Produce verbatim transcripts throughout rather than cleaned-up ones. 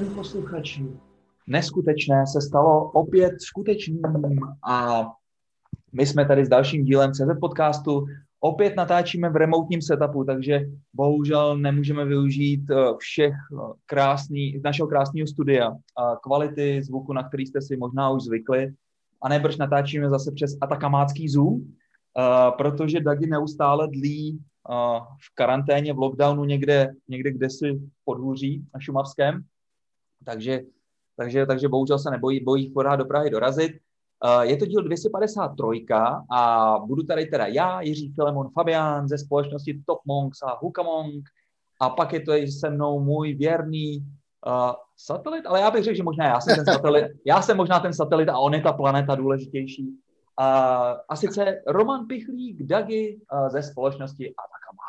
milí posluchači. Neskutečné se stalo opět skutečným a my jsme tady s dalším dílem C Z podcastu. Opět natáčíme v remoutním setupu, takže bohužel nemůžeme využít všech krásný, našeho krásného studia, kvality zvuku, na který jste si možná už zvykli. A nejbrž natáčíme zase přes atakamácký Zoom, protože Dagi neustále dlí v karanténě, v lockdownu někde, někde kdesi v podhůří na Šumavském. Takže, takže, takže bohužel se nebojí, bojí pořád do Prahy dorazit. Je to díl dvě stě padesát tři a budu tady teda já, Jiří Filemon Fabián ze společnosti Top Monks a Hukamong a pak je to i se mnou můj věrný uh, satelit, ale já bych řekl, že možná já jsem ten satelit, já jsem možná ten satelit a on je ta planeta důležitější. Uh, a sice Roman Pichlík, Dagi uh, ze společnosti Atakama.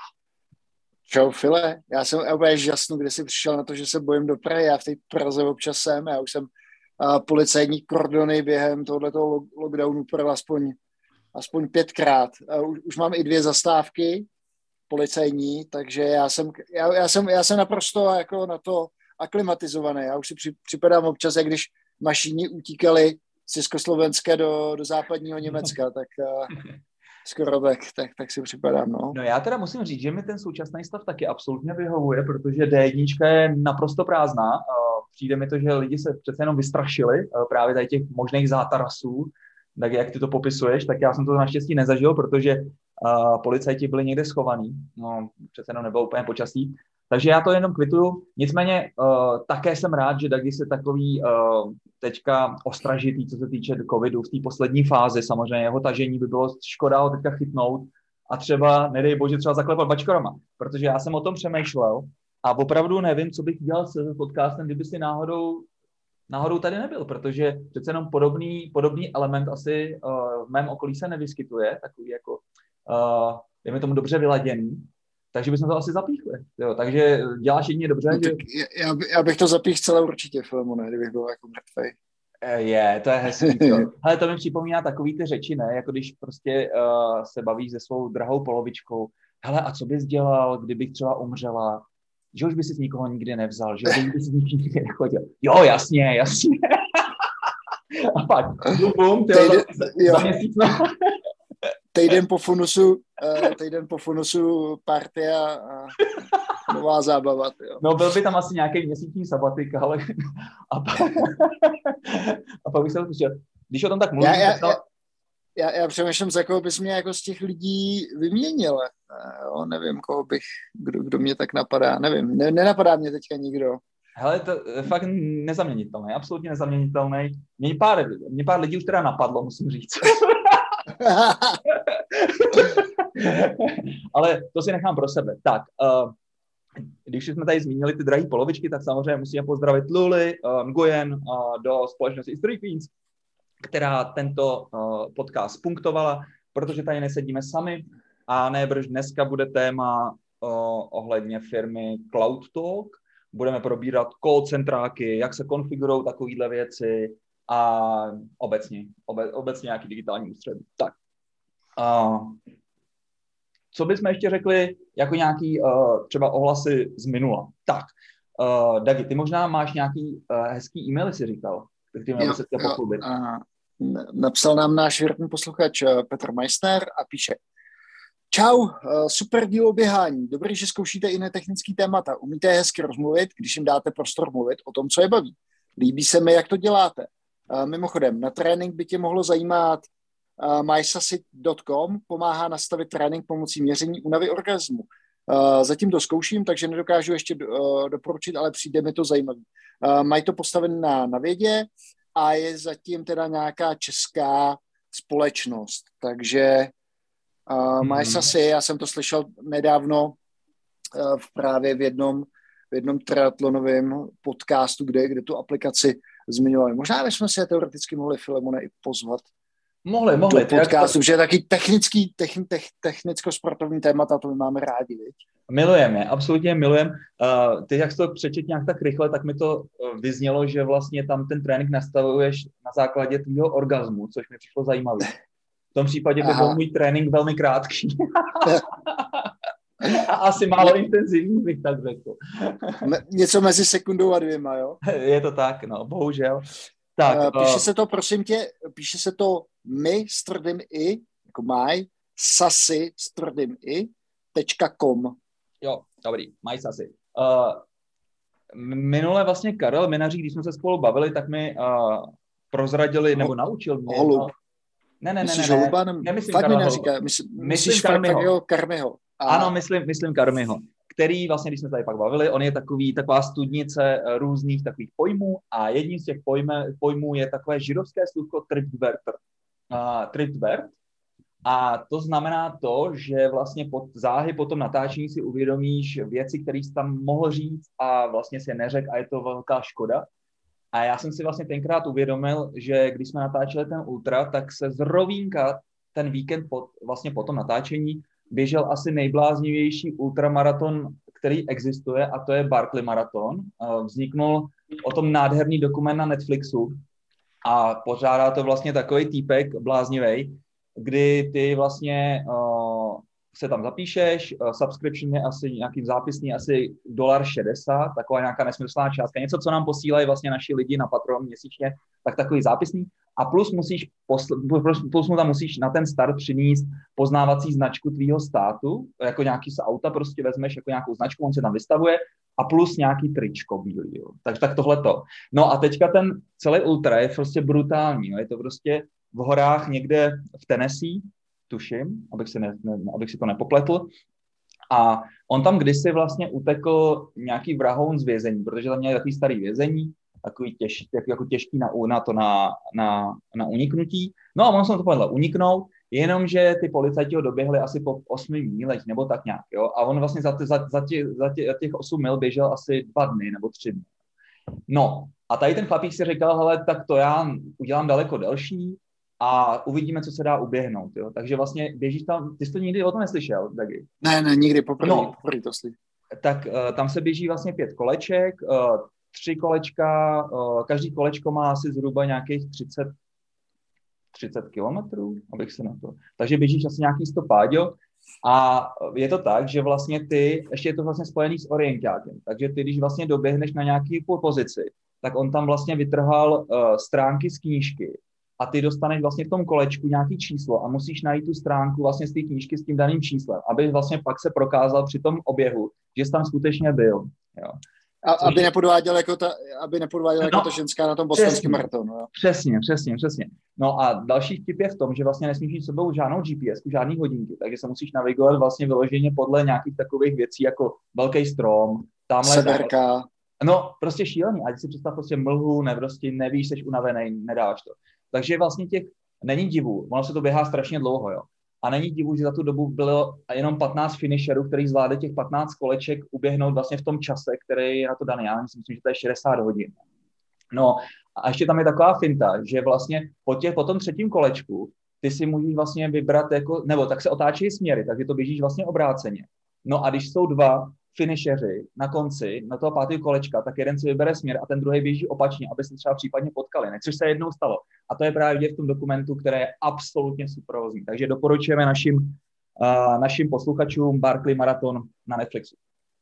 Čau File, já jsem úplně žasnu, kde jsi přišel na to, že se bojím do Prahy, já v té Praze občas jsem, já už jsem uh, policajní kordony během tohoto lockdownu pro aspoň, aspoň pětkrát. Uh, už, už mám i dvě zastávky policajní, takže já jsem, já, já jsem, já jsem naprosto jako na to aklimatizovaný. Já už si při, připadám občas, jak když mašíni utíkali z Československa do, do západního Německa, tak uh, skoro tak, tak, tak si připadám. No. no já teda musím říct, že mi ten současný stav taky absolutně vyhovuje, protože D jedna je naprosto prázdná. Přijde mi to, že lidi se přece jenom vystrašili právě tady těch možných zátarasů, tak jak ty to popisuješ, tak já jsem to naštěstí nezažil, protože uh, policajti byli někde schovaní, no přece jenom nebylo úplně počasí, takže já to jenom kvituju. Nicméně uh, také jsem rád, že Dagi se takový uh, teďka ostražitý, co se týče covidu v té poslední fázi. Samozřejmě jeho tažení by bylo škoda ho teďka chytnout a třeba, nedej bože, třeba zaklepat bačkorama, protože já jsem o tom přemýšlel a opravdu nevím, co bych dělal s podcastem, kdyby si náhodou, náhodou tady nebyl, protože přece jenom podobný, podobný element asi uh, v mém okolí se nevyskytuje, takový jako, uh, je mi tomu dobře vyladěný. Takže bychom to asi zapíchli. Jo, takže děláš jedině dobře. No, že... já, já bych to zapích celé určitě, Filemone, kdybych byl jako mrtvej. Je, to je hezký. To. Hele, to mi připomíná takový ty řeči, ne? Jako když prostě uh, se bavíš se svou drahou polovičkou. Hele, a co bys dělal, kdybych třeba umřela? Že už by si nikoho nikdy nevzal, že už by si nikdy nechodil. Jo, jasně, jasně. A pak, bum, bum, ty Týden, za, za měsíc, no. Týden po funusu, uh, týden po funusu party a, a nová zábava. Tyjo. No byl by tam asi nějaký měsíční sabatik, ale a pak, a pak bych se to když o tom tak mluvím, já, já, tak to... já, já, já přemýšlím, za koho bys mě jako z těch lidí vyměnil. Jo, nevím, koho bych, kdo, kdo mě tak napadá, nevím, ne, nenapadá mě teďka nikdo. Hele, to je fakt nezaměnitelný, absolutně nezaměnitelný. Mě pár, mě pár lidí už teda napadlo, musím říct. Ale to si nechám pro sebe. Tak, uh, když jsme tady zmínili ty drahé polovičky, tak samozřejmě musíme pozdravit Luli uh, Nguyen uh, do společnosti Three Queens, která tento uh, podcast punktovala, protože tady nesedíme sami a nejbrž dneska bude téma uh, ohledně firmy Cloud Talk. Budeme probírat call centráky, jak se konfigurují takovýhle věci a obecně, obe, obecně nějaký digitální ústředí. Tak. Uh, co bychom ještě řekli jako nějaký uh, třeba ohlasy z minula? Tak, uh, Dagi, ty možná máš nějaký uh, hezký e-mail, si říkal, který měl se chtěl pochlubit. Napsal nám náš věrný posluchač Petr Meissner a píše: Čau, super díl o běhání. Dobrý, že zkoušíte i netechnický témata. Umíte hezky rozmluvit, když jim dáte prostor mluvit o tom, co je baví. Líbí se mi, jak to děláte. Mimochodem, na trénink by tě mohlo zajímat my sasit tečka com, pomáhá nastavit trénink pomocí měření únavy orgazmu. Zatím to zkouším, takže nedokážu ještě doporučit, ale přijde mi to zajímavý. Mají to postavené na, na vědě a je zatím teda nějaká česká společnost. Takže uh, my sasi, já jsem to slyšel nedávno uh, v právě v jednom, v jednom triatlonovém podcastu, kde, kde tu aplikaci zmiňovali. Možná bychom si je teoreticky mohli, Filemone, i pozvat Mohli, mohli. do podcastu, protože je taky technický, techn, tech, technicko-sportovní témata, to my máme rádi, viď? Milujeme je, absolutně milujeme. Uh, ty, jak jsi to přečet nějak tak rychle, tak mi to uh, vyznělo, že vlastně tam ten trénink nastavuješ na základě tvýho orgazmu, což mi přišlo zajímavé. V tom případě by byl můj trénink velmi krátký. A asi málo intenzivní, bych tak řekl. Něco mezi sekundou a dvěma, jo? Je to tak, no, bohužel. Tak, píše uh, se to, prosím tě, píše se to my s tvrdým i, jako maj, sasy s tvrdým i, tečka com. Jo, dobrý, maj sasy. Uh, minule vlastně Karel Minařík, když jsme se spolu bavili, tak mi uh, prozradili, nebo naučil mě. Holub. No, ne, ne, ne, myslíš ne, ne, holuba? nemyslím Fakt mi Karla neříká, Holuba. mysl, Myslím myslíš Karmiho. Karmiho. A... Ano, myslím, myslím Karmiho, který vlastně, když jsme se tady pak bavili, on je takový, taková studnice různých takových pojmů a jedním z těch pojme, pojmů je takové židovské slůvko trittwerter. Uh, trittwert. A to znamená to, že vlastně pod, záhy po tom natáčení si uvědomíš věci, které jsi tam mohl říct a vlastně si je neřekl a je to velká škoda. A já jsem si vlastně tenkrát uvědomil, že když jsme natáčeli ten ultra, tak se z rovínka ten víkend pod, vlastně po tom natáčení běžel asi nejbláznivější ultramaraton, který existuje, a to je Barkley maraton. Vzniknul o tom nádherný dokument na Netflixu a pořádá to vlastně takový týpek bláznivej, kdy ty vlastně uh, se tam zapíšeš, uh, subscription je asi nějaký zápisný, asi dolar šedesát, taková nějaká nesmyslná částka, něco, co nám posílají vlastně naši lidi na Patreon měsíčně, tak takový zápisný. A plus musíš, posl- plus, plus mu tam musíš na ten start přinést poznávací značku tvýho státu, jako nějaký z auta prostě vezmeš jako nějakou značku, on se tam vystavuje, a plus nějaký tričko bílý, jo. Takže tak tohleto. No a teďka ten celý ultra je prostě brutální, jo. Je to prostě v horách někde v Tennessee, tuším, abych si, ne, ne, abych si to nepopletl. A on tam kdysi vlastně utekl nějaký vrahoun z vězení, protože tam měli takový starý vězení, takový těž, jako těžký na, na to na, na, na uniknutí. No a on se to povedl uniknout, jenomže ty policajti ho doběhli asi po osmi mílech, nebo tak nějak, jo. A on vlastně za, za, za, tě, za, tě, za těch osm mil běžel asi dva dny, nebo tři dny. No a tady ten chlapík si říkal, hele, tak to já udělám daleko delší, a uvidíme, co se dá uběhnout, jo. Takže vlastně běžíš tam, ty jsi to nikdy o tom neslyšel, Dagi? Ne, ne, nikdy, poprvé, no, poprvé to slyšel. Tak uh, tam se běží vlastně pět koleček, uh, tři kolečka, uh, každý kolečko má asi zhruba nějakých třicet kilometrů, abych se na to... Takže běžíš asi nějaký sto páďo a je to tak, že vlastně ty, ještě je to vlastně spojený s orientákem, takže ty, když vlastně doběhneš na nějaký pozici, tak on tam vlastně vytrhal uh, stránky z knížky, a ty dostaneš vlastně v tom kolečku nějaký číslo a musíš najít tu stránku vlastně z té knížky s tím daným číslem, aby vlastně pak se prokázal při tom oběhu, že jsi tam skutečně byl. Jo. A, aby Což... nepodváděl jako ta, aby nepodváděl no, jako ta ženská na tom bostonském maratonu. Jo. Přesně, přesně, přesně. No a další vtip je v tom, že vlastně nesmíš mít s sebou žádnou G P S, žádný hodinky, takže se musíš navigovat vlastně vyloženě podle nějakých takových věcí jako velký strom, tamhle... Severka. No, prostě šílený. A si představ prostě mlhu, ne, prostě nevíš, jsi unavený, nedáš to. Takže vlastně těch není divu, ono se to běhá strašně dlouho, jo. A není divu, že za tu dobu bylo jenom patnáct finisherů, který zvládli těch patnáct koleček uběhnout vlastně v tom čase, který je na to daný. Já myslím, že to je šedesát hodin. No a ještě tam je taková finta, že vlastně po, těch, po tom třetím kolečku ty si můžeš vlastně vybrat, jako, nebo tak se otáčí směry, takže to běžíš vlastně obráceně. No a když jsou dva finisheři na konci, na toho pátého kolečka, tak jeden si vybere směr a ten druhý běží opačně, aby se třeba případně potkali, ne? Což se jednou stalo. A to je právě vidět v tom dokumentu, který je absolutně superózní. Takže doporučujeme našim, uh, našim posluchačům Barkley maraton na Netflixu.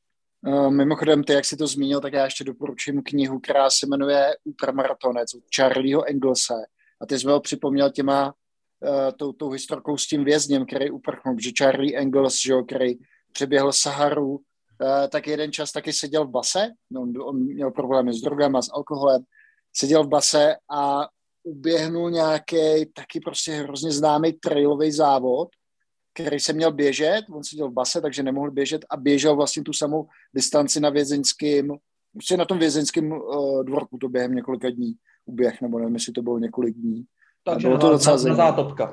Uh, mimochodem, ty, jak jsi to zmínil, tak já ještě doporučím knihu, která se jmenuje Ultramaratonec od Charlieho Englese. A ty jsi mi ho připomněl těma uh, tou, tou historkou s tím vězněm, který uprchnul, že Charlie Engels, že, který přeběhl Saharu, Uh, tak jeden čas taky seděl v base, no, on, on měl problémy s drogama, s alkoholem, seděl v base a uběhnul nějaký taky prostě hrozně známý trailový závod, který se měl běžet, on seděl v base, takže nemohl běžet a běžel vlastně tu samou distanci na vězeňském, prostě na tom vězeňském uh, dvorku to během několika dní uběh, nebo nevím, jestli to bylo několik dní. Takže bylo to docela na zátopka.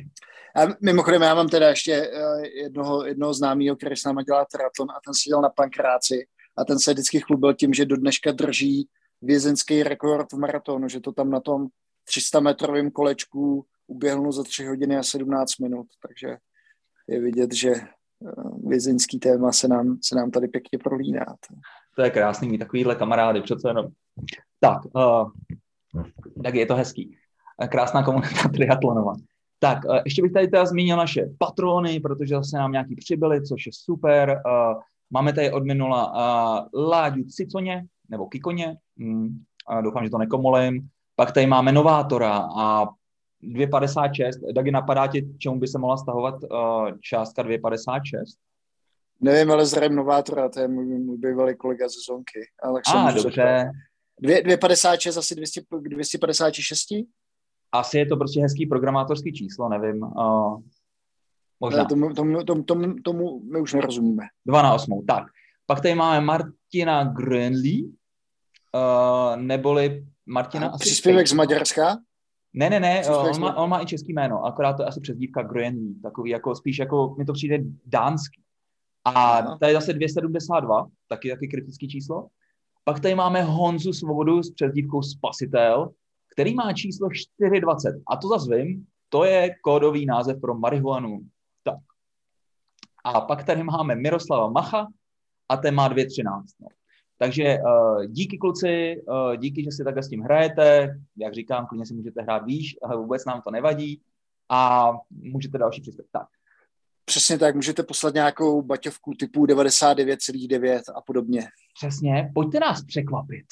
A mimochodem, já mám teda ještě jednoho, jednoho známého, který s náma dělá triatlon a ten seděl na Pankráci a ten se vždycky chlubil tím, že do dneška drží vězeňský rekord v maratonu, že to tam na tom tři sta metrovém kolečku uběhnul za tři hodiny a sedmnáct minut, takže je vidět, že vězeňský téma se nám, se nám tady pěkně prolíná. To je krásný, mít takovýhle kamarády, přece jenom. Tak, uh, tak je to hezký. Krásná komunita triatlonová. Tak, ještě bych tady teda zmínil naše patrony, protože zase nám nějaký přibyli, což je super. Máme tady od minula Láďu Ciconě, nebo Kikoně, doufám, že to nekomolím. Pak tady máme Novátora a dvě padesát šest. Dagi, napadá tě, čemu by se mohla stahovat částka dvě padesát šest? Nevím, ale zřejmě Novátora, to je můj, můj bývalý kolega ze Zonky. A, ah, dobře. dvě padesát šest, asi dvě stě padesát šest? Asi je to prostě hezký programátorský číslo, nevím. Uh, možná. Tomu, tomu, tomu, tomu, tomu my už nerozumíme. Dva na osmou, tak. Pak tady máme Martina Grönli, uh, neboli Martina... A příspěvek z Maďarska? Ne, ne, ne, on má, on má i český jméno, akorát to je asi přezdívka Grönli, takový jako spíš jako, mi to přijde dánský. A Aha. tady zase dvě sedmdesát dva, taky taky kritický číslo. Pak tady máme Honzu Svobodu s přezdívkou Spasitel, který má číslo čtyři dvacet. A to zase vím, to je kódový název pro marihuanu. Tak. A pak tady máme Miroslava Macha a ten má dvě třináct. No. Takže uh, díky kluci, uh, díky, že si takhle s tím hrajete. Jak říkám, klidně si můžete hrát výš, ale vůbec nám to nevadí. A můžete další přispět. Tak. Přesně tak, můžete poslat nějakou baťovku typu devadesát devět celá devět a podobně. Přesně, pojďte nás překvapit.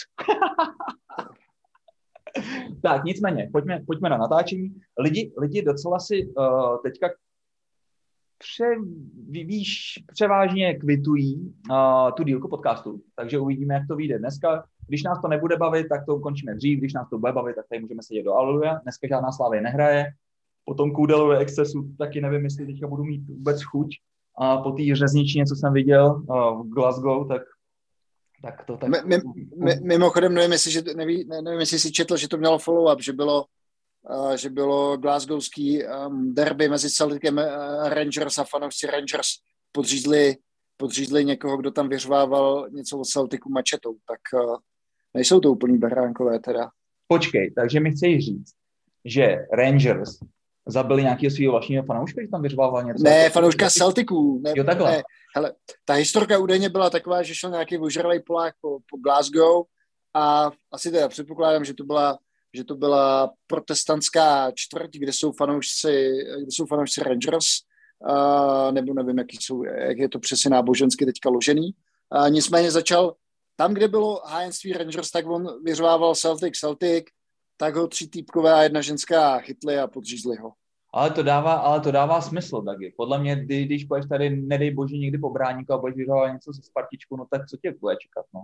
Tak, nicméně, pojďme, pojďme na natáčení. Lidi, lidi docela si uh, teďka pře, víš, převážně kvitují uh, tu dílku podcastu, takže uvidíme, jak to vyjde dneska. Když nás to nebude bavit, tak to ukončíme dřív, když nás to bude bavit, tak tady můžeme sedět do Aleluja. Dneska žádná Slávě nehraje. Po tom Kůdelově excesu taky nevím, jestli teďka budu mít vůbec chuť. A po té řezničině, co jsem viděl uh, v Glasgow, tak Tak to, tak... M- m- mimochodem, nevím jestli, že, neví, nevím, jestli si četl, že to mělo follow-up, že bylo, uh, že bylo glasgowský um, derby mezi Celticem uh, Rangers a fanoušci Rangers podřízli, podřízli někoho, kdo tam vyřvával něco o Celticu mačetou. Tak uh, nejsou to úplný beránkové teda. Počkej, takže mi chceš říct, že Rangers zabili nějakého svého vlastního fanouška, že tam vyřvával něco? Ne, fanouška Celticu. Ne, jo, takhle. Ne. Hele, ta historka údajně byla taková, že šel nějaký ožralej Polák po, po Glasgow a asi teda předpokládám, že to byla, že to byla protestantská čtvrť, kde jsou fanoušci, kde jsou fanoušci Rangers, a, nebo nevím, jaký jsou, jak je to přesně nábožensky teďka ložený. A nicméně začal, tam, kde bylo hájenství Rangers, tak on vyřvával Celtic, Celtic, tak ho tři týpkové a jedna ženská chytli a podřízli ho. Ale to dává, ale to dává smysl, Dagi. Podle mě, kdy, když půjdeš tady, nedej bože, někdy po bráníku a budeš vyřvávat něco se Spartičku, no tak co tě bude čekat, no?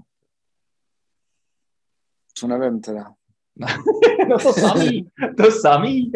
Co nevím teda. No to samý, to samý.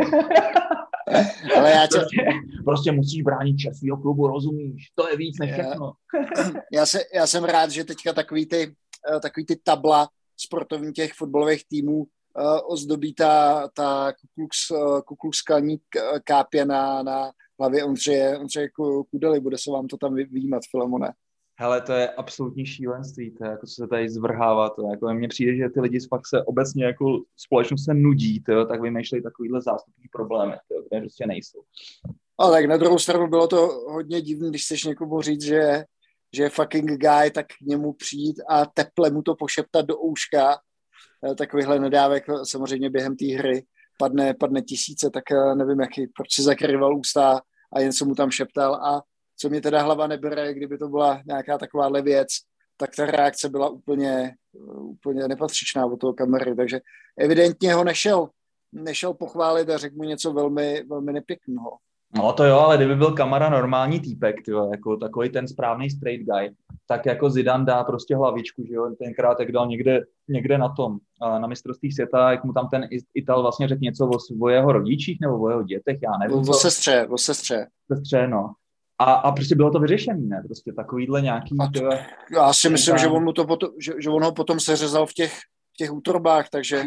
Ale já tě... prostě, prostě musíš bránit čest svýho klubu, rozumíš? To je víc než všechno. Já, se, já jsem rád, že teďka takový ty, takový ty tabla sportovní těch fotbalových týmů Uh, ozdobí ta, ta kuklukskalní kápě na, na hlavě Ondřeje, Ondřeje Kudely. Bude se vám to tam vyjímat, Filemone. Hele, to je absolutní šílenství, to je jako, co se tady zvrhává. To jako, mně přijde, že ty lidi fakt se obecně jako společnost se nudí, to, tak vymýšlejí takovýhle zástupní problémy, to, které prostě nejsou. A tak na druhou stranu bylo to hodně divný, když chceš někomu říct, že, že je fucking guy, tak k němu přijít a teple mu to pošeptat do ouška. Takovýhle nedávek samozřejmě během té hry padne, padne tisíce, tak nevím, jaký, proč si zakryval ústa a jen se mu tam šeptal. A co mě teda hlava nebere, kdyby to byla nějaká takováhle věc, tak ta reakce byla úplně, úplně nepatřičná od toho kamery. Takže evidentně ho nešel, nešel pochválit a řekl mu něco velmi, velmi nepěkného. No to jo, ale kdyby byl Kamara normální týpek, tyjo, jako takový ten správný straight guy, tak jako Zidane dá prostě hlavičku, že jo, tenkrát jak dal někde, někde na tom, na mistrovství světa, jak mu tam ten Ital vlastně řekl něco o, o jeho rodičích nebo o jeho dětech, já nevím. O, o sestře, o sestře. Sestře, no. A, a prostě bylo to vyřešený, ne? Prostě takovýhle nějaký... To, já si myslím, že on, mu to potom, že, že on ho potom seřezal v těch, v těch útrobách, takže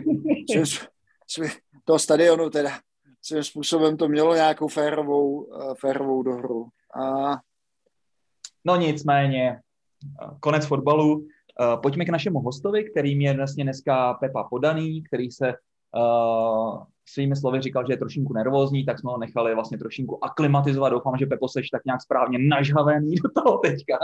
toho stadionu teda svým způsobem to mělo nějakou férovou, férovou dohru. A... No nicméně, konec fotbalu. Pojďme k našemu hostovi, kterým je vlastně dneska Pepa Podaný, který se uh, svými slovy říkal, že je trošinku nervózní, tak jsme ho nechali vlastně trošinku aklimatizovat. Doufám, že Pepo seš tak nějak správně nažhavený do toho teďka.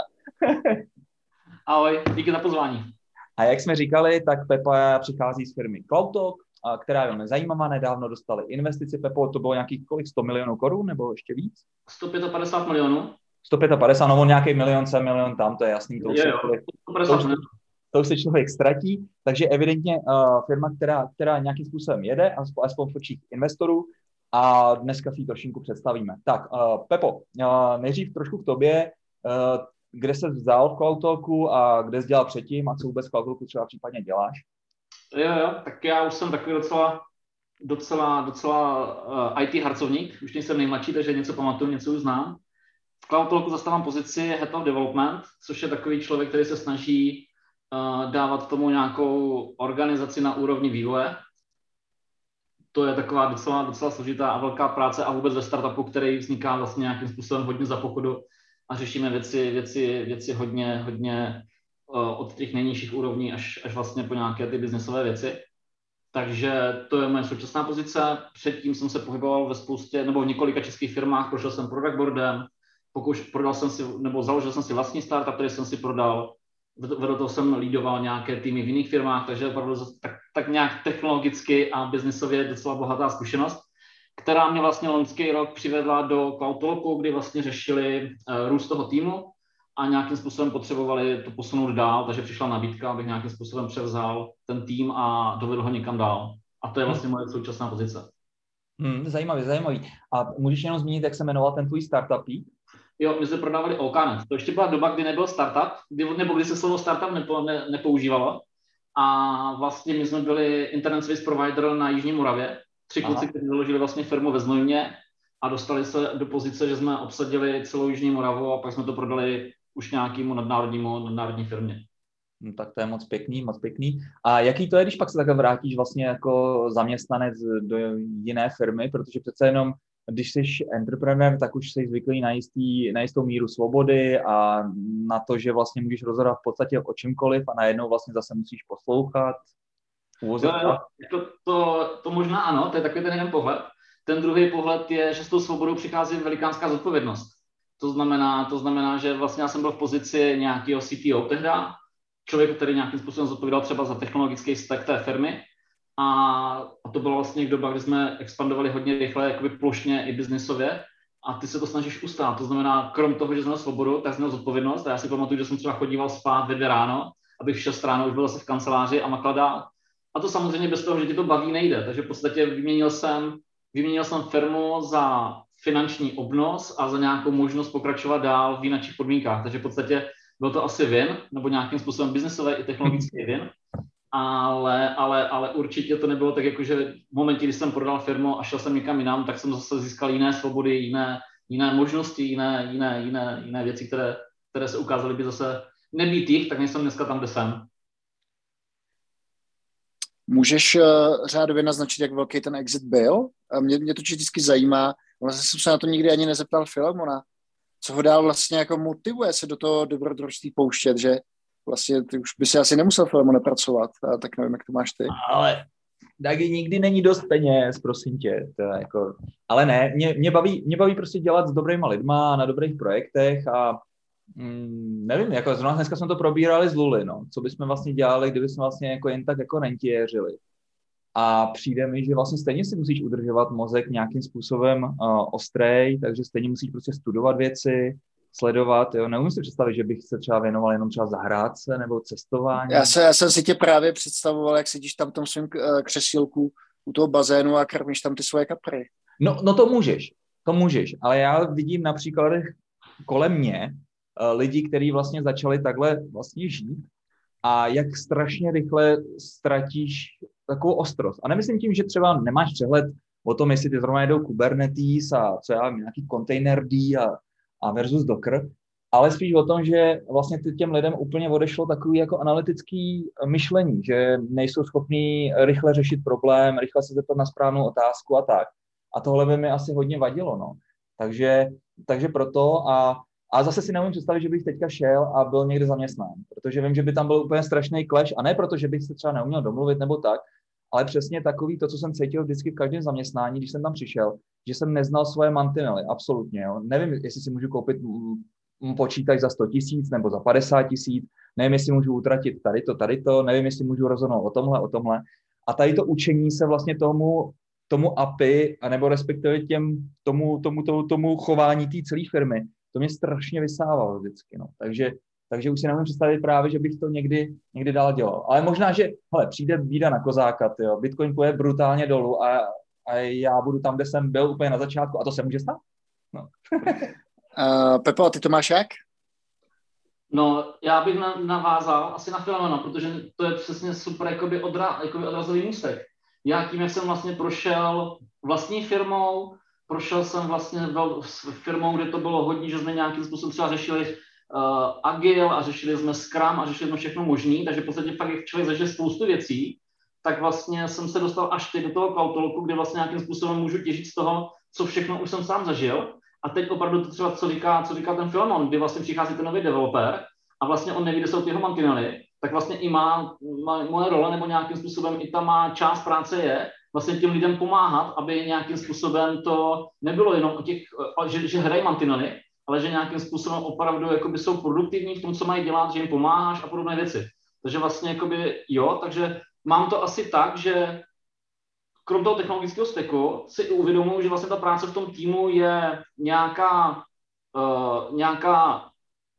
Ahoj, díky za pozvání. A jak jsme říkali, tak Pepa přichází z firmy CloudTalk, která je velmi zajímavá, nedávno dostali investici. Pepo, to bylo nějakých kolik, sto milionů korun nebo ještě víc? sto padesát pět milionů. sto padesát pět, no on nějaký milion sem, milion tam, to je jasný, to už, je, se, jo, člověk, to, už, to už se člověk ztratí, takže evidentně uh, firma, která, která nějakým způsobem jede, aspoň v očích investorů, a dneska si ji trošinku představíme. Tak, uh, Pepo, uh, nejdřív trošku k tobě, uh, kde jsi vzal v CloudTalku a kde jsi dělal předtím a co vůbec v CloudTalku třeba případně děláš? Jo, jo, tak já už jsem takový docela, docela, docela uh, í té harcovník, už nejsem nejmladší, takže něco pamatuju, něco už znám. V CloudTalku zastávám pozici Head of Development, což je takový člověk, který se snaží uh, dávat tomu nějakou organizaci na úrovni vývoje. To je taková docela, docela složitá a velká práce a vůbec ve startupu, který vzniká vlastně nějakým způsobem hodně za pochodu a řešíme věci, věci, věci hodně, hodně uh, od těch nejnižších úrovní až, až vlastně po nějaké ty biznesové věci. Takže to je moje současná pozice. Předtím jsem se pohyboval ve spoustě, nebo v několika českých firmách, prošel jsem product boardem, pokud prodal jsem si, nebo založil jsem si vlastní startup, který jsem si prodal, vedle toho jsem lídoval nějaké týmy v jiných firmách, takže opravdu tak, tak nějak technologicky a biznisově docela bohatá zkušenost, která mě vlastně loňský rok přivedla do CloudTalku, kdy vlastně řešili uh, růst toho týmu a nějakým způsobem potřebovali to posunout dál, takže přišla nabídka, abych nějakým způsobem převzal ten tým a dovedl ho někam dál. A to je vlastně moje současná pozice. Hmm, zajímavý, zajímavý. A můžeš jenom zmínit, jak se jmenoval ten tvůj startup? Jo, my jsme prodávali Okanet. To ještě byla doba, kdy nebyl startup, kdy, nebo kdy se slovo startup nepo, ne, nepoužívalo. A vlastně my jsme byli internet service provider na Jižní Moravě. Tři kluci, kteří založili vlastně firmu ve Znojmě a dostali se do pozice, že jsme obsadili celou Jižní Moravu a pak jsme to prodali už nějakému nadnárodnímu, nadnárodní firmě. No, tak to je moc pěkný, moc pěkný. A jaký to je, když pak se takhle vrátíš vlastně jako zaměstnanec do jiné firmy, protože přece jenom když jsi entrepreneur, tak už jsi zvyklý na, jistý, na jistou míru svobody a na to, že vlastně můžeš rozhodovat v podstatě o čemkoliv a najednou vlastně zase musíš poslouchat. Jo, jo, to, to, to možná ano, to je takový ten jeden pohled. Ten druhý pohled je, že s tou svobodou přichází velikánská zodpovědnost. To znamená, to znamená, že vlastně já jsem byl v pozici nějakého C T O tehda, člověk, který nějakým způsobem zodpovídal třeba za technologický stack té firmy. A, a to bylo vlastně v době, kdy jsme expandovali hodně rychle, jakoby plošně i biznisově. A ty se to snažíš ustát. To znamená, krom toho, že jsem měl svobodu, tak jsem měl zodpovědnost. A já si pamatuju, že jsem třeba chodíval spát ve dvě ráno, abych v šest ráno už byl zase v kanceláři a makal dál. A to samozřejmě bez toho, že ti to baví, nejde. Takže v podstatě vyměnil jsem, vyměnil jsem firmu za finanční obnos a za nějakou možnost pokračovat dál v jiných podmínkách. Takže v podstatě byl to asi win, nebo nějakým způsobem biznesové i technologický win. Ale, ale, ale určitě to nebylo tak, jako že v momentě, kdy jsem prodal firmu a šel jsem někam jinam, tak jsem zase získal jiné svobody, jiné, jiné možnosti, jiné, jiné, jiné, jiné věci, které, které se ukázaly by zase nebýt jich, tak nejsem dneska tam, kde jsem. Můžeš uh, řádově naznačit, jak velký ten exit byl? Mě, mě to vždycky zajímá, vlastně jsem se na to nikdy ani nezeptal Filemona, co ho dál vlastně jako motivuje se do toho dobrodružství pouštět, že vlastně ty už by si asi nemusel filmu nepracovat, a tak nevím, jak to máš ty. Ale taky nikdy není dost peněz, prosím tě. To je jako... Ale ne, mě, mě, baví, mě baví prostě dělat s dobrýma lidma na dobrých projektech a mm, nevím, jako zrovna dneska jsme to probírali z Luli, no. Co bychom vlastně dělali, kdyby jsme vlastně jako jen tak jako rentiéřili. A přijde mi, že vlastně stejně si musíš udržovat mozek nějakým způsobem uh, ostrej, takže stejně musíš prostě studovat věci, sledovat, jo. Neumím si představit, že bych se třeba věnoval jenom třeba zahrádce nebo cestování. Já, se, já jsem si tě právě představoval, jak sedíš tam v tom svém křesílku u toho bazénu a krmíš tam ty svoje kapry. No, no to můžeš, to můžeš, ale já vidím na příkladech kolem mě uh, lidi, kteří vlastně začali takhle vlastně žít a jak strašně rychle ztratíš takovou ostrost. A nemyslím tím, že třeba nemáš přehled o tom, jestli ty zrovna jedou Kubernetes a co já vím, nějaký Containerd a a versus Docker, ale spíš o tom, že vlastně těm lidem úplně odešlo takový jako analytický myšlení, že nejsou schopní rychle řešit problém, rychle se zeptat na správnou otázku a tak. A tohle by mi asi hodně vadilo, no. Takže, takže proto a, a zase si neumím představit, že bych teďka šel a byl někde zaměstnán, protože vím, že by tam byl úplně strašný clash a ne proto, že bych se třeba neuměl domluvit nebo tak, ale přesně takový to, co jsem cítil vždycky v každém zaměstnání, když jsem tam přišel, že jsem neznal svoje mantinely, absolutně. Jo. Nevím, jestli si můžu koupit počítač za sto tisíc nebo za padesát tisíc, nevím, jestli můžu utratit tady to, tady to, nevím, jestli můžu rozhodnout o tomhle, o tomhle. A tady to učení se vlastně tomu, tomu A P I, anebo respektive těm, tomu, tomu, tomu, tomu chování té celé firmy, to mě strašně vysávalo vždycky. No. Takže, takže už si nemůžu představit právě, že bych to někdy, někdy dál dělal. Ale možná, že hele, přijde bída na kozáka, tyjo. Bitcoin půjde brutálně dolů a, a já budu tam, kde jsem byl úplně na začátku a to se může stát. No. uh, Pepo, a ty to máš jak? No, já bych na, navázal asi na Filemona, protože to je přesně super jakoby, odra, jakoby odrazový můstek. Já tím, jak jsem vlastně prošel vlastní firmou, prošel jsem vlastně s firmou, kde to bylo hodně, že jsme nějakým způsobem třeba řešili uh, Agile a řešili jsme Scrum a řešili jsme všechno možné, takže v podstatě fakt, jak člověk zažil spoustu věcí, tak vlastně jsem se dostal až teď do toho Cloudtalku, kde vlastně nějakým způsobem můžu těžit z toho, co všechno už jsem sám zažil. A teď opravdu to třeba, co říká, co říká ten Filemon, kdy vlastně přichází ten nový developer a vlastně on neví, kde jsou ty jeho mantinely, tak vlastně i má, má moje role nebo nějakým způsobem i ta má část práce je vlastně těm lidem pomáhat, aby nějakým způsobem to nebylo jenom o těch, že, že hrají mantinely, ale že nějakým způsobem opravdu jakoby jsou produktivní v tom, co mají dělat, že jim pomáháš a podobné věci. Takže vlastně jakoby jo, takže mám to asi tak, že krom toho technologického steku si uvědomuji, že vlastně ta práce v tom týmu je nějaká, uh, nějaká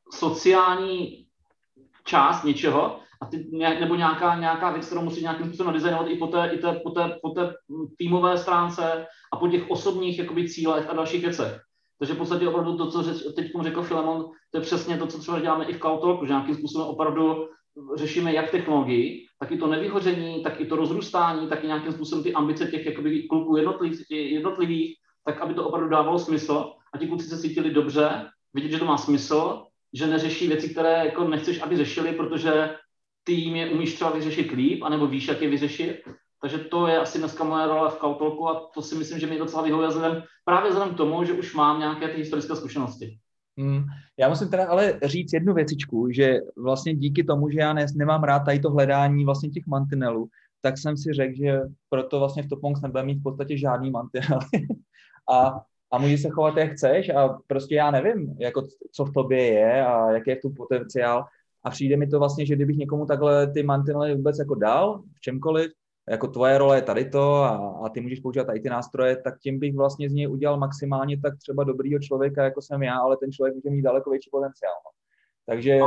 sociální část něčeho, a ty, nebo nějaká, nějaká věc, kterou musí nějakým způsobem nadizajnovat i po té, i té, po, té, po té týmové stránce a po těch osobních jakoby, cílech a dalších věcech. Takže v podstatě opravdu to, co řeč, teď řekl Filemon, to je přesně to, co třeba děláme i v Cloudtalku, že nějakým způsobem opravdu řešíme jak technologii, tak i to nevyhoření, tak i to rozrůstání, tak i nějakým způsobem ty ambice těch jakoby, kluků jednotlivých, jednotlivých, tak aby to opravdu dávalo smysl a ti kluci se cítili dobře, vidět, že to má smysl, že neřeší věci, které jako nechceš, aby řešili, protože ty jim je umíš třeba vyřešit líp, anebo víš, jak je vyřešit. Takže to je asi dneska moje role v Cloudtalku a to si myslím, že mi docela vyhovuje vzhledem, právě vzhledem k tomu, že už mám nějaké ty historické zkušenosti. Hmm. Já musím teda ale říct jednu věcičku, že vlastně díky tomu, že já ne, nemám rád tady to hledání vlastně těch mantinelů, tak jsem si řekl, že proto vlastně v Topongs nebude mít v podstatě žádný mantinely. a, a můžeš se chovat, jak chceš a prostě já nevím, jako, co v tobě je a jaký je v tom potenciál. A přijde mi to vlastně, že kdybych někomu takhle ty mantinely vůbec jako dal, v čemkoliv, jako tvoje role je tady to a, a ty můžeš používat tady ty nástroje, tak tím bych vlastně z něj udělal maximálně tak třeba dobrýho člověka, jako jsem já, ale ten člověk může mít daleko větší potenciál. Takže,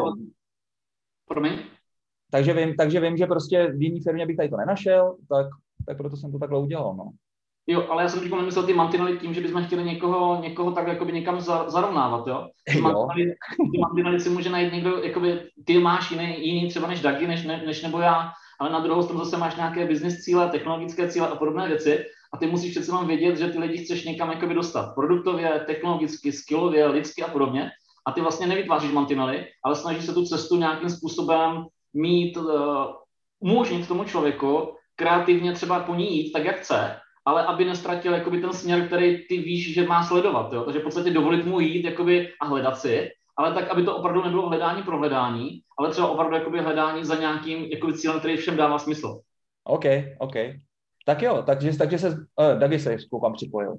Promiň? takže, vím, takže vím, že prostě v jiný firmě bych tady to nenašel, tak, tak proto jsem to takhle udělal. No. Jo, ale já jsem teď nemyslel ty mantinely tím, že bychom chtěli někoho, někoho tak jakoby někam za, zarovnávat, jo? Ty mantinely, ty mantinely si může najít někdo, jakoby ty máš jiný, jiný třeba než Dagi, než, ne, než nebo já, ale na druhou stranu zase máš nějaké business cíle, technologické cíle a podobné věci a ty musíš přece mám vědět, že ty lidi chceš někam jakoby dostat produktově, technologicky, skillově, lidsky a podobně a ty vlastně nevytváříš mantinely, ale snažíš se tu cestu nějakým způsobem mít, uh, umožnit tomu člověku kreativně třeba po ní jít tak, jak chce, ale aby nestratil jakoby ten směr, který ty víš, že má sledovat. Jo? Takže v podstatě dovolit mu jít jakoby, a hledat si, ale tak, aby to opravdu nebylo hledání pro hledání, ale třeba opravdu jakoby, hledání za nějakým jakoby, cílem, který všem dává smysl. OK, OK. Tak jo, takže, takže se, uh, Dagi se koukám připojil.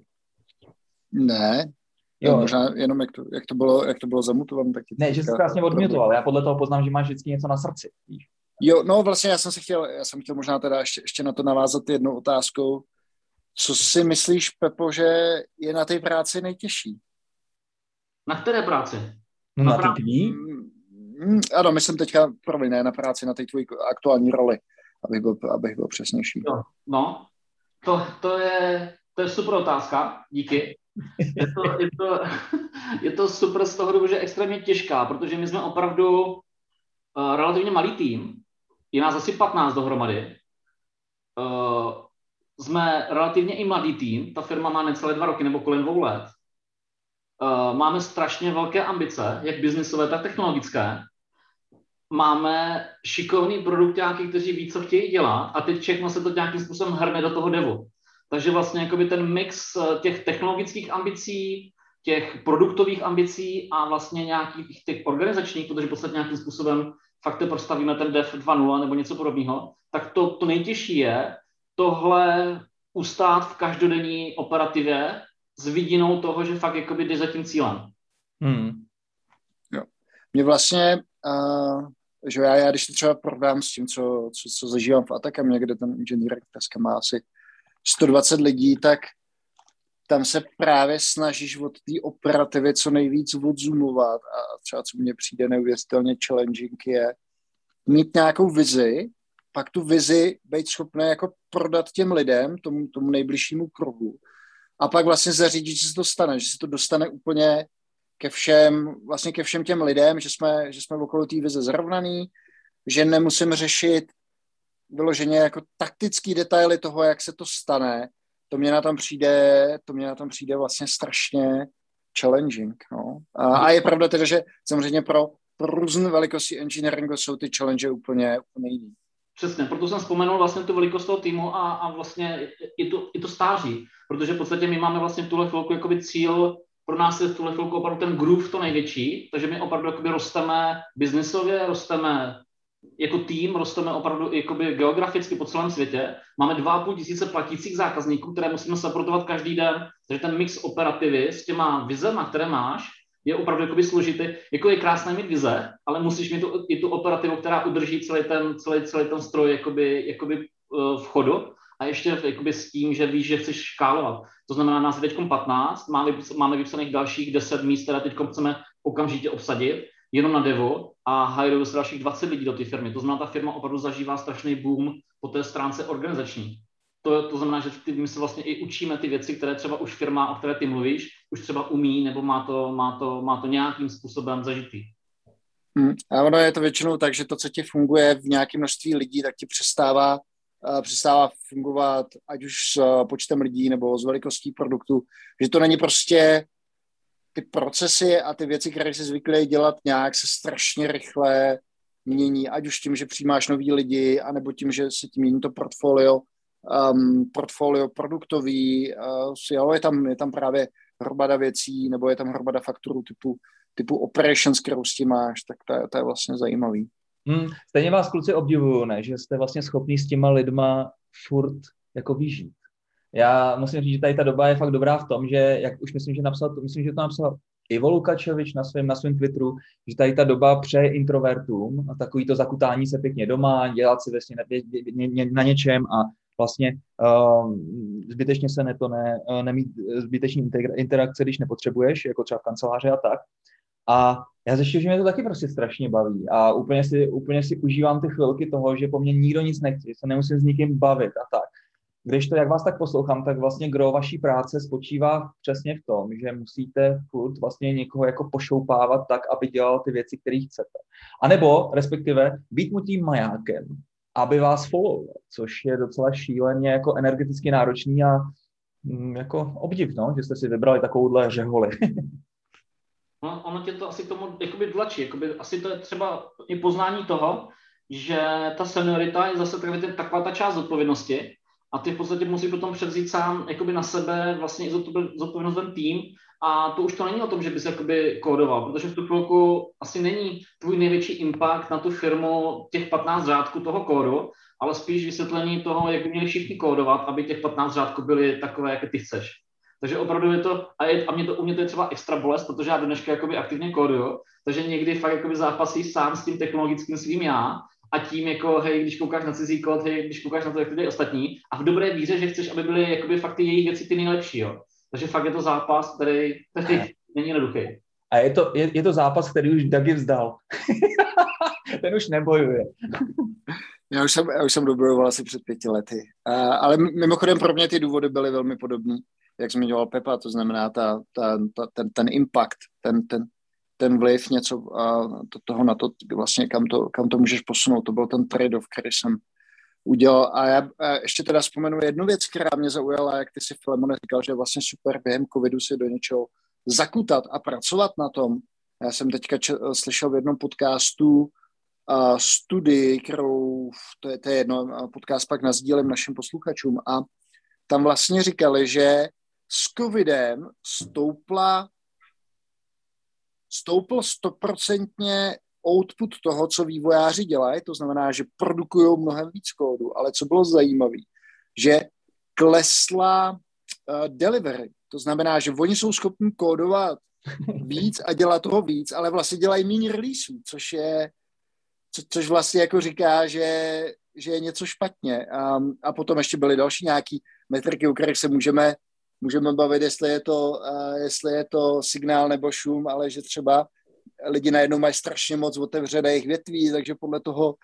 Ne, jo. Možná jenom jak to, jak to bylo, jak to bylo zamutované. Tak ne, že jsi krásně odmutoval, já podle toho poznám, že máš vždycky něco na srdci. Víš? Jo, no vlastně já jsem si chtěl, já jsem chtěl možná teda ještě, ještě na to navázat jednou otázkou. Co si myslíš, Pepo, že je na té práci nejtěžší? Na které práci? No na, na té tvý? Mm, ano, myslím teďka, promiň, ne na práci, na té tvojí aktuální roli, abych byl, abych byl přesnější. Jo, no, to, to, je, to je super otázka, díky. Je to, je, to, je to super z toho důvodu, že je extrémně těžká, protože my jsme opravdu uh, relativně malý tým, je nás asi patnáct dohromady. Uh, jsme relativně i mladý tým, ta firma má necelé dva roky nebo kolem dvou let. Uh, máme strašně velké ambice, jak biznisové, tak technologické. Máme šikovný produktáky, kteří ví, co chtějí dělat a teď všechno se to nějakým způsobem hrne do toho devu. Takže vlastně jakoby ten mix těch technologických ambicí, těch produktových ambicí a vlastně nějakých těch organizačních, protože v podstatě nějakým způsobem fakt teprve stavíme ten dev dva nula nebo něco podobného, tak to, to nejtěžší je tohle ustát v každodenní operativě s vidinou toho, že fakt jakoby jde za tím cílem. Hmm. Jo. Mě vlastně uh, že já, já když to třeba prodám s tím, co, co, co zažívám v Atacama, kde ten engineering dneska má asi sto dvacet lidí, tak tam se právě snažíš od té operativy co nejvíc odzoomovat a třeba co mně přijde neuvěřitelně challenging je mít nějakou vizi, pak tu vizi být schopný jako prodat těm lidem, tomu, tomu nejbližšímu kruhu a pak vlastně zařídit, že se to stane, že se to dostane úplně ke všem, vlastně ke všem těm lidem, že jsme, že jsme okolo té vize zrovnaný, že nemusím řešit vyloženě jako taktický detaily toho, jak se to stane. To mě na tom přijde, to mě na tom přijde vlastně strašně challenging. No. A, a je pravda teda, že samozřejmě pro, pro různé velikosti engineeringu jsou ty challenge úplně, úplně jiný. Přesně, proto jsem vzpomenul vlastně tu velikost toho týmu a, a vlastně i to, i to stáří, protože v podstatě my máme vlastně v tuhle chvilku jakoby cíl, pro nás je v tuhle chvilku opravdu ten groove to největší, takže my opravdu jakoby rosteme biznisově, rosteme jako tým, rosteme opravdu jakoby geograficky po celém světě. Máme dva a půl tisíce platících zákazníků, které musíme supportovat každý den, takže ten mix operativy s těma vizema, které máš, je opravdu jakoby složitý. Jako je krásné mít vize, ale musíš mít tu, i tu operativu, která udrží celý ten, celý, celý ten stroj jakoby, jakoby uh, v chodu a ještě jakoby s tím, že víš, že chceš škálovat. To znamená, nás je teď patnáct, máme, máme vypsaných dalších deset míst, které teď chceme okamžitě obsadit, jenom na devu a hajruju se dalších dvacet lidí do té firmy. To znamená, ta firma opravdu zažívá strašný boom po té stránce organizační. To, to znamená, že ty, my se vlastně i učíme ty věci, které třeba už firma, o které ty mluvíš, už třeba umí, nebo má to, má to, má to nějakým způsobem zažitý. Hmm. A ono je to většinou tak, že to, co ti funguje v nějakém množství lidí, tak ti přestává, uh, přestává fungovat, ať už s uh, počtem lidí nebo s velikostí produktu, že to není prostě ty procesy a ty věci, které jsi zvyklý dělat nějak, se strašně rychle mění, ať už tím, že přijímáš nový lidi, anebo tím, že se tím mění to portfolio, um, portfolio produktový, uh, jo, je tam, je tam právě hromada věcí, nebo je tam hromada faktorů typu, typu operations, kterou s tím máš, tak to je, to je vlastně zajímavý. Hmm, stejně vás kluci obdivuju, ne? Že jste vlastně schopní s těma lidma furt jako vyžít. Já musím říct, že tady ta doba je fakt dobrá v tom, že, jak už myslím, že napsal, myslím, že to napsal Ivo Lukačevič na svém na svém Twitteru, že tady ta doba přeje introvertům a takový to zakutání se pěkně doma, dělat si vlastně na, na něčem a vlastně uh, zbytečně se ne, to ne, nemít zbytečný interakce, když nepotřebuješ, jako třeba v kanceláři a tak. A já zjišťuji, že mě to taky prostě strašně baví a úplně si, úplně si užívám ty chvilky toho, že po mně nikdo nic nechce, že se nemusím s nikým bavit a tak. Když to, jak vás tak poslouchám, tak vlastně gro vaší práce spočívá přesně v tom, že musíte furt vlastně někoho jako pošoupávat tak, aby dělal ty věci, které chcete. A nebo, respektive, být mu tím majákem, aby vás followoval, což je docela šíleně jako energeticky náročný a mm, jako obdiv, no, že jste si vybrali takovouhle řeholi. No, ono tě to asi k tomu jakoby tlačí, jakoby, asi to je třeba i poznání toho, že ta seniorita je zase taková ta část odpovědnosti, a ty v podstatě musíš potom převzít sám jakoby na sebe vlastně i zodpovědnost ten tým a to už to není o tom, že bys jakoby kódoval, protože v tu chvilku asi není tvůj největší impact na tu firmu těch patnáct řádků toho kódu, ale spíš vysvětlení toho, jak by měli všichni kódovat, aby těch patnáct řádků byly takové, jak ty chceš. Takže opravdu je to, a, je, a mě to, u mě to je třeba extra bolest, protože já do dneška jakoby aktivně kóduju, takže někdy fakt jakoby zápasíš sám s tím technologickým svým já, a tím jako, hej, když koukáš na cizí kód, hej, když koukáš na to, jak to dělají ostatní, a v dobré víře, že chceš, aby byly jakoby fakt ty jejich věci ty nejlepší, jo. Takže fakt je to zápas, který, který není jednoduchý. A je to, je, je to zápas, který už Dagi vzdal. Ten už nebojuje. Já už jsem, já už jsem dobojoval asi před pěti lety. Uh, ale mimochodem pro mě ty důvody byly velmi podobné, jak zmiňoval Pepa, to znamená ta, ta, ta, ten, ten impact, ten, ten ten vliv něco a to, toho na to vlastně, kam to, kam to můžeš posunout. To byl ten trade-off, který jsem udělal. A já a ještě teda vzpomenu jednu věc, která mě zaujala, jak ty si, Filemone, říkal, že je vlastně super během covidu si do něčeho zakutat a pracovat na tom. Já jsem teďka č- slyšel v jednom podcastu a studii, kterou, to je, to je jedno, podcast pak nazdílím našim posluchačům a tam vlastně říkali, že s covidem stoupla stoupl stoprocentně output toho, co vývojáři dělají, to znamená, že produkují mnohem víc kódu, ale co bylo zajímavé, že klesla uh, delivery, to znamená, že oni jsou schopni kódovat víc a dělat toho víc, ale vlastně dělají méně releaseů, což je, co, což vlastně jako říká, že, že je něco špatně. A, a potom ještě byly další nějaký metriky, u kterých se můžeme, můžeme bavit, jestli je, to, uh, jestli je to signál nebo šum, ale že třeba lidi najednou mají strašně moc otevřených větví, takže podle toho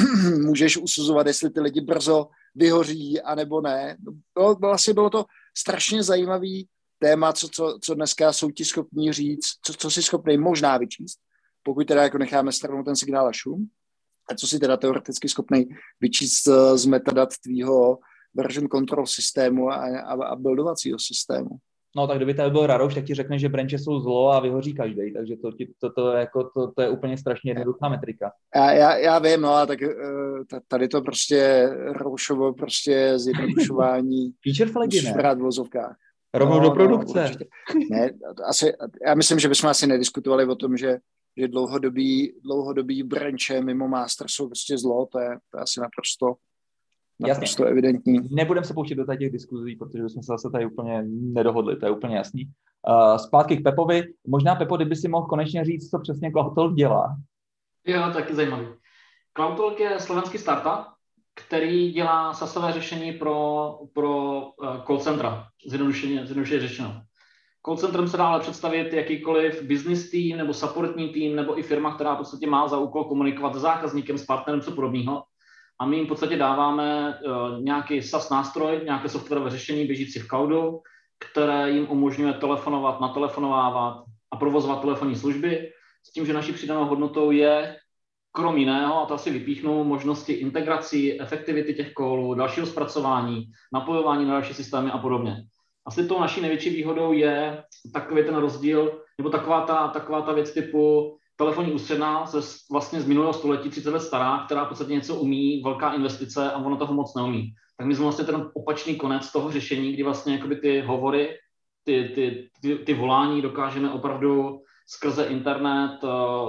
můžeš usuzovat, jestli ty lidi brzo vyhoří, anebo ne. Bylo, vlastně bylo to strašně zajímavý téma, co, co, co dneska jsou ti schopní říct, co, co si schopný možná vyčíst, pokud teda jako necháme stranou ten signál a šum, a co si teda teoreticky schopný vyčíst z metadat tvýho version control systému a, a, a buildovacího systému. No tak kdyby tady byl Rarouš, tak ti řekne, že branche jsou zlo a vyhoří každý, takže to, to, to, jako, to, to je úplně strašně jednoduchá metrika. Já, já, já vím, no a tak tady to prostě Roušovo prostě zjednodušování feature flagy, ne? Vrát v vozovkách. Rovnou no, do produkce. No, ne, asi, já myslím, že bychom asi nediskutovali o tom, že, že dlouhodobý, dlouhodobý branche mimo master jsou prostě zlo, to je, to je asi naprosto naprosto jasně. Evidentní. Nebudem se pouštět do těch diskuzí, protože bychom se zase tady úplně nedohodli, to je úplně jasný. Uh, zpátky k Pepovi. Možná, Pepo, kdyby si mohl konečně říct, co přesně CloudTalk dělá. Jo, taky zajímavý. CloudTalk je slovenský startup, který dělá sasové řešení pro, pro uh, call centra, zjednodušeně, zjednodušeně řečeno. Call centrem se dá ale představit jakýkoliv business tým nebo supportní tým nebo i firma, která v podstatě má za úkol komunikovat s zákazníkem, s partnerem, co podobného. A my jim v podstatě dáváme uh, nějaký SaaS nástroj, nějaké softwarové řešení běžící v cloudu, které jim umožňuje telefonovat, natelefonovávat a provozovat telefonní služby, s tím, že naší přidanou hodnotou je, krom jiného, a to asi vypíchnu, možnosti integrací, efektivity těch callů, dalšího zpracování, napojování na další systémy a podobně. Asi tou naší největší výhodou je takový ten rozdíl, nebo taková ta, taková ta věc typu telefonní ústředná, ze, vlastně z minulého století, třicet let stará, která v podstatě něco umí, velká investice a ono toho moc neumí. Tak my jsme vlastně ten opačný konec toho řešení, kdy vlastně jakoby ty hovory, ty, ty, ty, ty volání dokážeme opravdu skrze internet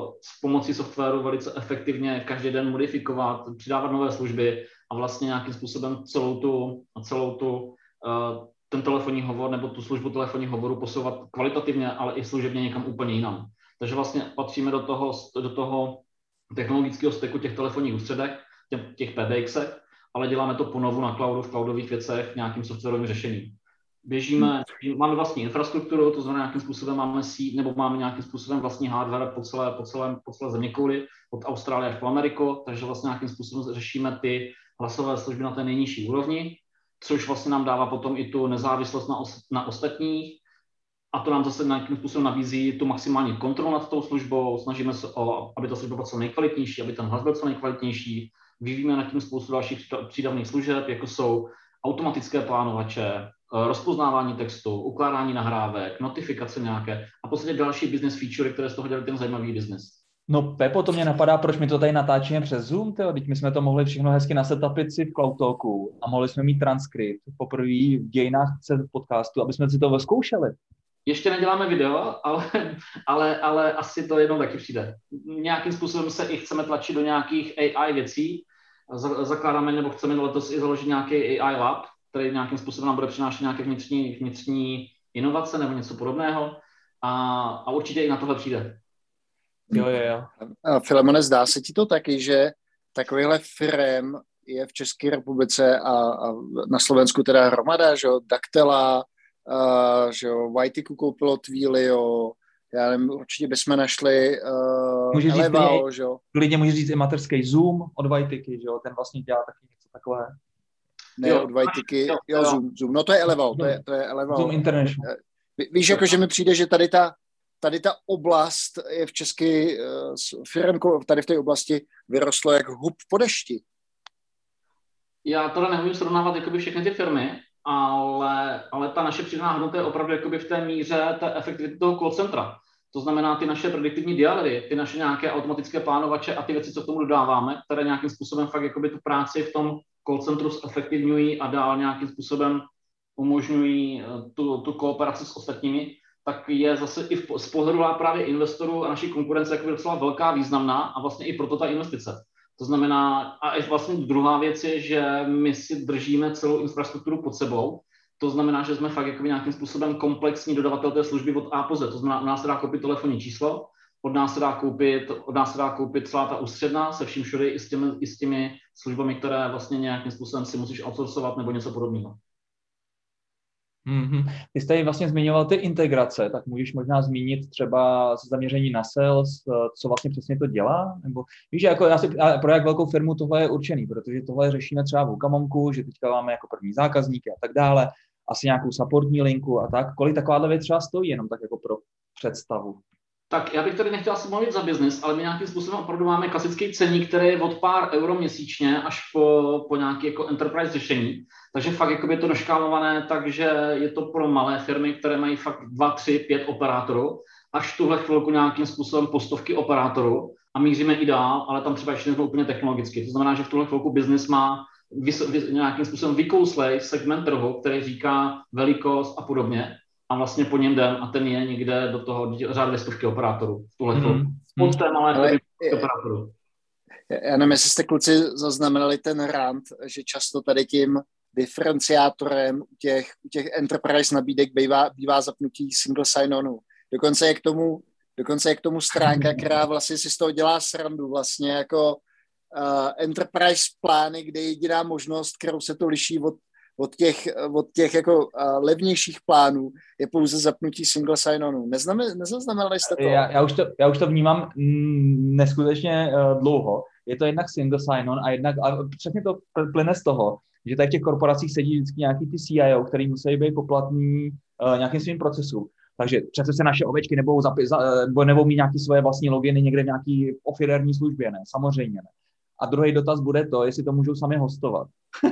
s pomocí softwaru velice efektivně každý den modifikovat, přidávat nové služby a vlastně nějakým způsobem celou tu, celou tu ten telefonní hovor nebo tu službu telefonního hovoru posouvat kvalitativně, ale i služebně někam úplně jinam. Takže vlastně patříme do toho, do toho technologického steku těch telefonních ústředek, těch P B X, ale děláme to ponovu na cloudu, v cloudových věcech, nějakým softwarovým řešením. Běžíme, máme vlastní infrastrukturu, to znamená, nějakým způsobem máme síť, nebo máme nějakým způsobem vlastní hardware po celé, po celé, po celé zeměkouli, od Austrálie až po Ameriku, takže vlastně nějakým způsobem řešíme ty hlasové služby na té nejnižší úrovni, což vlastně nám dává potom i tu nezávislost na, os, na ostatních, a to nám zase nějakým způsobem nabízí tu maximální kontrolu nad tou službou, snažíme se o, aby ta služba byla co nejkvalitnější, aby ten hlas byl co nejkvalitnější, vyvíjíme na tím spoustu dalších přídavných služeb, jako jsou automatické plánovače, rozpoznávání textu, ukládání nahrávek, notifikace nějaké a v podstatě další business feature, které z toho dělají ten zajímavý business. No Pepo, to mě napadá, proč my to tady natáčíme přes Zoom, tyjo? Teď my jsme to mohli všechno hezky nasetapit si v CloudTalku a mohli jsme mít transkript poprvé v dějinách podcastu, aby jsme si to vyzkoušeli. Ještě neděláme video, ale, ale, ale asi to jednou taky přijde. Nějakým způsobem se i chceme tlačit do nějakých A I věcí. Zakládáme nebo chceme letos i založit nějaký A I lab, který nějakým způsobem nám bude přinášet nějaké vnitřní, vnitřní inovace nebo něco podobného. A, a určitě i na tohle přijde. Jo, jo, jo. Filemone, zdá se ti to taky, že takovýhle firem je v České republice a, a na Slovensku teda hromada, že jo, Daktela, uh, že jo, Vajtiku koupilo Twilio, já nevím, určitě bychom našli uh, Elevao, že jo. Klidně můžeš říct i materský Zoom od Vajtiky, že jo, ten vlastně dělá taky něco takové. Ne, jo, od Vajtiky, jo, jo, Zoom, Zoom, no to je Elevao, to je, to je Elevao. Zoom International. Víš, jako, že mi přijde, že tady ta Tady ta oblast je v České uh, firm, tady v té oblasti vyrostlo jak hub po dešti. Já teda neumím srovnávat jakoby všechny ty firmy, ale, ale ta naše přidaná hodnota je opravdu jakoby v té míře té efektivity toho call centra. To znamená ty naše prediktivní dialery, ty naše nějaké automatické plánovače a ty věci, co k tomu dodáváme, které nějakým způsobem fakt jakoby tu práci v tom call centru zefektivňují a dál nějakým způsobem umožňují tu, tu kooperaci s ostatními, tak je zase i v, z pohledu právě investorů a naší konkurence jako docela velká, významná a vlastně i proto ta investice. To znamená, a i vlastně druhá věc je, že my si držíme celou infrastrukturu pod sebou. To znamená, že jsme fakt jako nějakým způsobem komplexní dodavatel té služby od A po Z. To znamená, u nás se dá koupit telefonní číslo, od nás se dá koupit, od nás se dá koupit celá ta ústředna se vším všude i s těmi, i s těmi službami, které vlastně nějakým způsobem si musíš outsourcovat nebo něco podobného. Mm-hmm. Ty jsi tady vlastně zmiňoval ty integrace, tak můžeš možná zmínit třeba zaměření na sales, co vlastně přesně to dělá? Nebo víš, jako já si, pro jak velkou firmu tohle je určený, protože tohle řešíme třeba v Ukamonku, že teďka máme jako první zákazníky a tak dále, asi nějakou supportní linku a tak. Kolik takováhle věc třeba stojí, jenom tak jako pro představu? Tak já bych tady nechtěl asi mluvit za biznis, ale my nějakým způsobem opravdu máme klasický ceník, který je od pár euro měsíčně až po, po nějaké jako enterprise řešení. Takže fakt jakoby je to naškálované, takže je to pro malé firmy, které mají fakt dva, tři, pět operátorů, až v tuhle chvilku nějakým způsobem po stovky operátorů a míříme i dál, ale tam třeba ještě nejsme úplně technologicky. To znamená, že v tuhle chvilku biznis má vys, vys, nějakým způsobem vykouslej segment trhu, který říká velikost a podobně. A vlastně po něm jdem a ten je někde do toho řádové stovky operátorů. Tuhle mm-hmm. Pod té malé firmy operátorů. Já nevím, jestli jste kluci zaznamenali ten rant, že často tady tím diferenciátorem u těch, u těch enterprise nabídek bývá, bývá zapnutí single sign-onů. Dokonce je k tomu, dokonce je k tomu stránka, která vlastně si z toho dělá srandu. Vlastně jako uh, enterprise plány, kde jediná možnost, kterou se to liší od Od těch, od těch jako uh, levnějších plánů je pouze zapnutí single sign-onů. Nezaznamenali jste to? Já, já, už to? já už to vnímám mm, neskutečně uh, dlouho. Je to jednak single sign-on a jednak, a přesně to plyne z toho, že tady v těch korporacích sedí vždycky nějaký ty C I O, který musí být poplatný uh, nějakým svým procesům. Takže přece se naše ovečky nebudou, zapi- za, uh, nebudou mít nějaké svoje vlastní loginy někde v nějaký ofirérní službě, ne? Samozřejmě ne. A druhý dotaz bude to, jestli to můžou sami hostovat.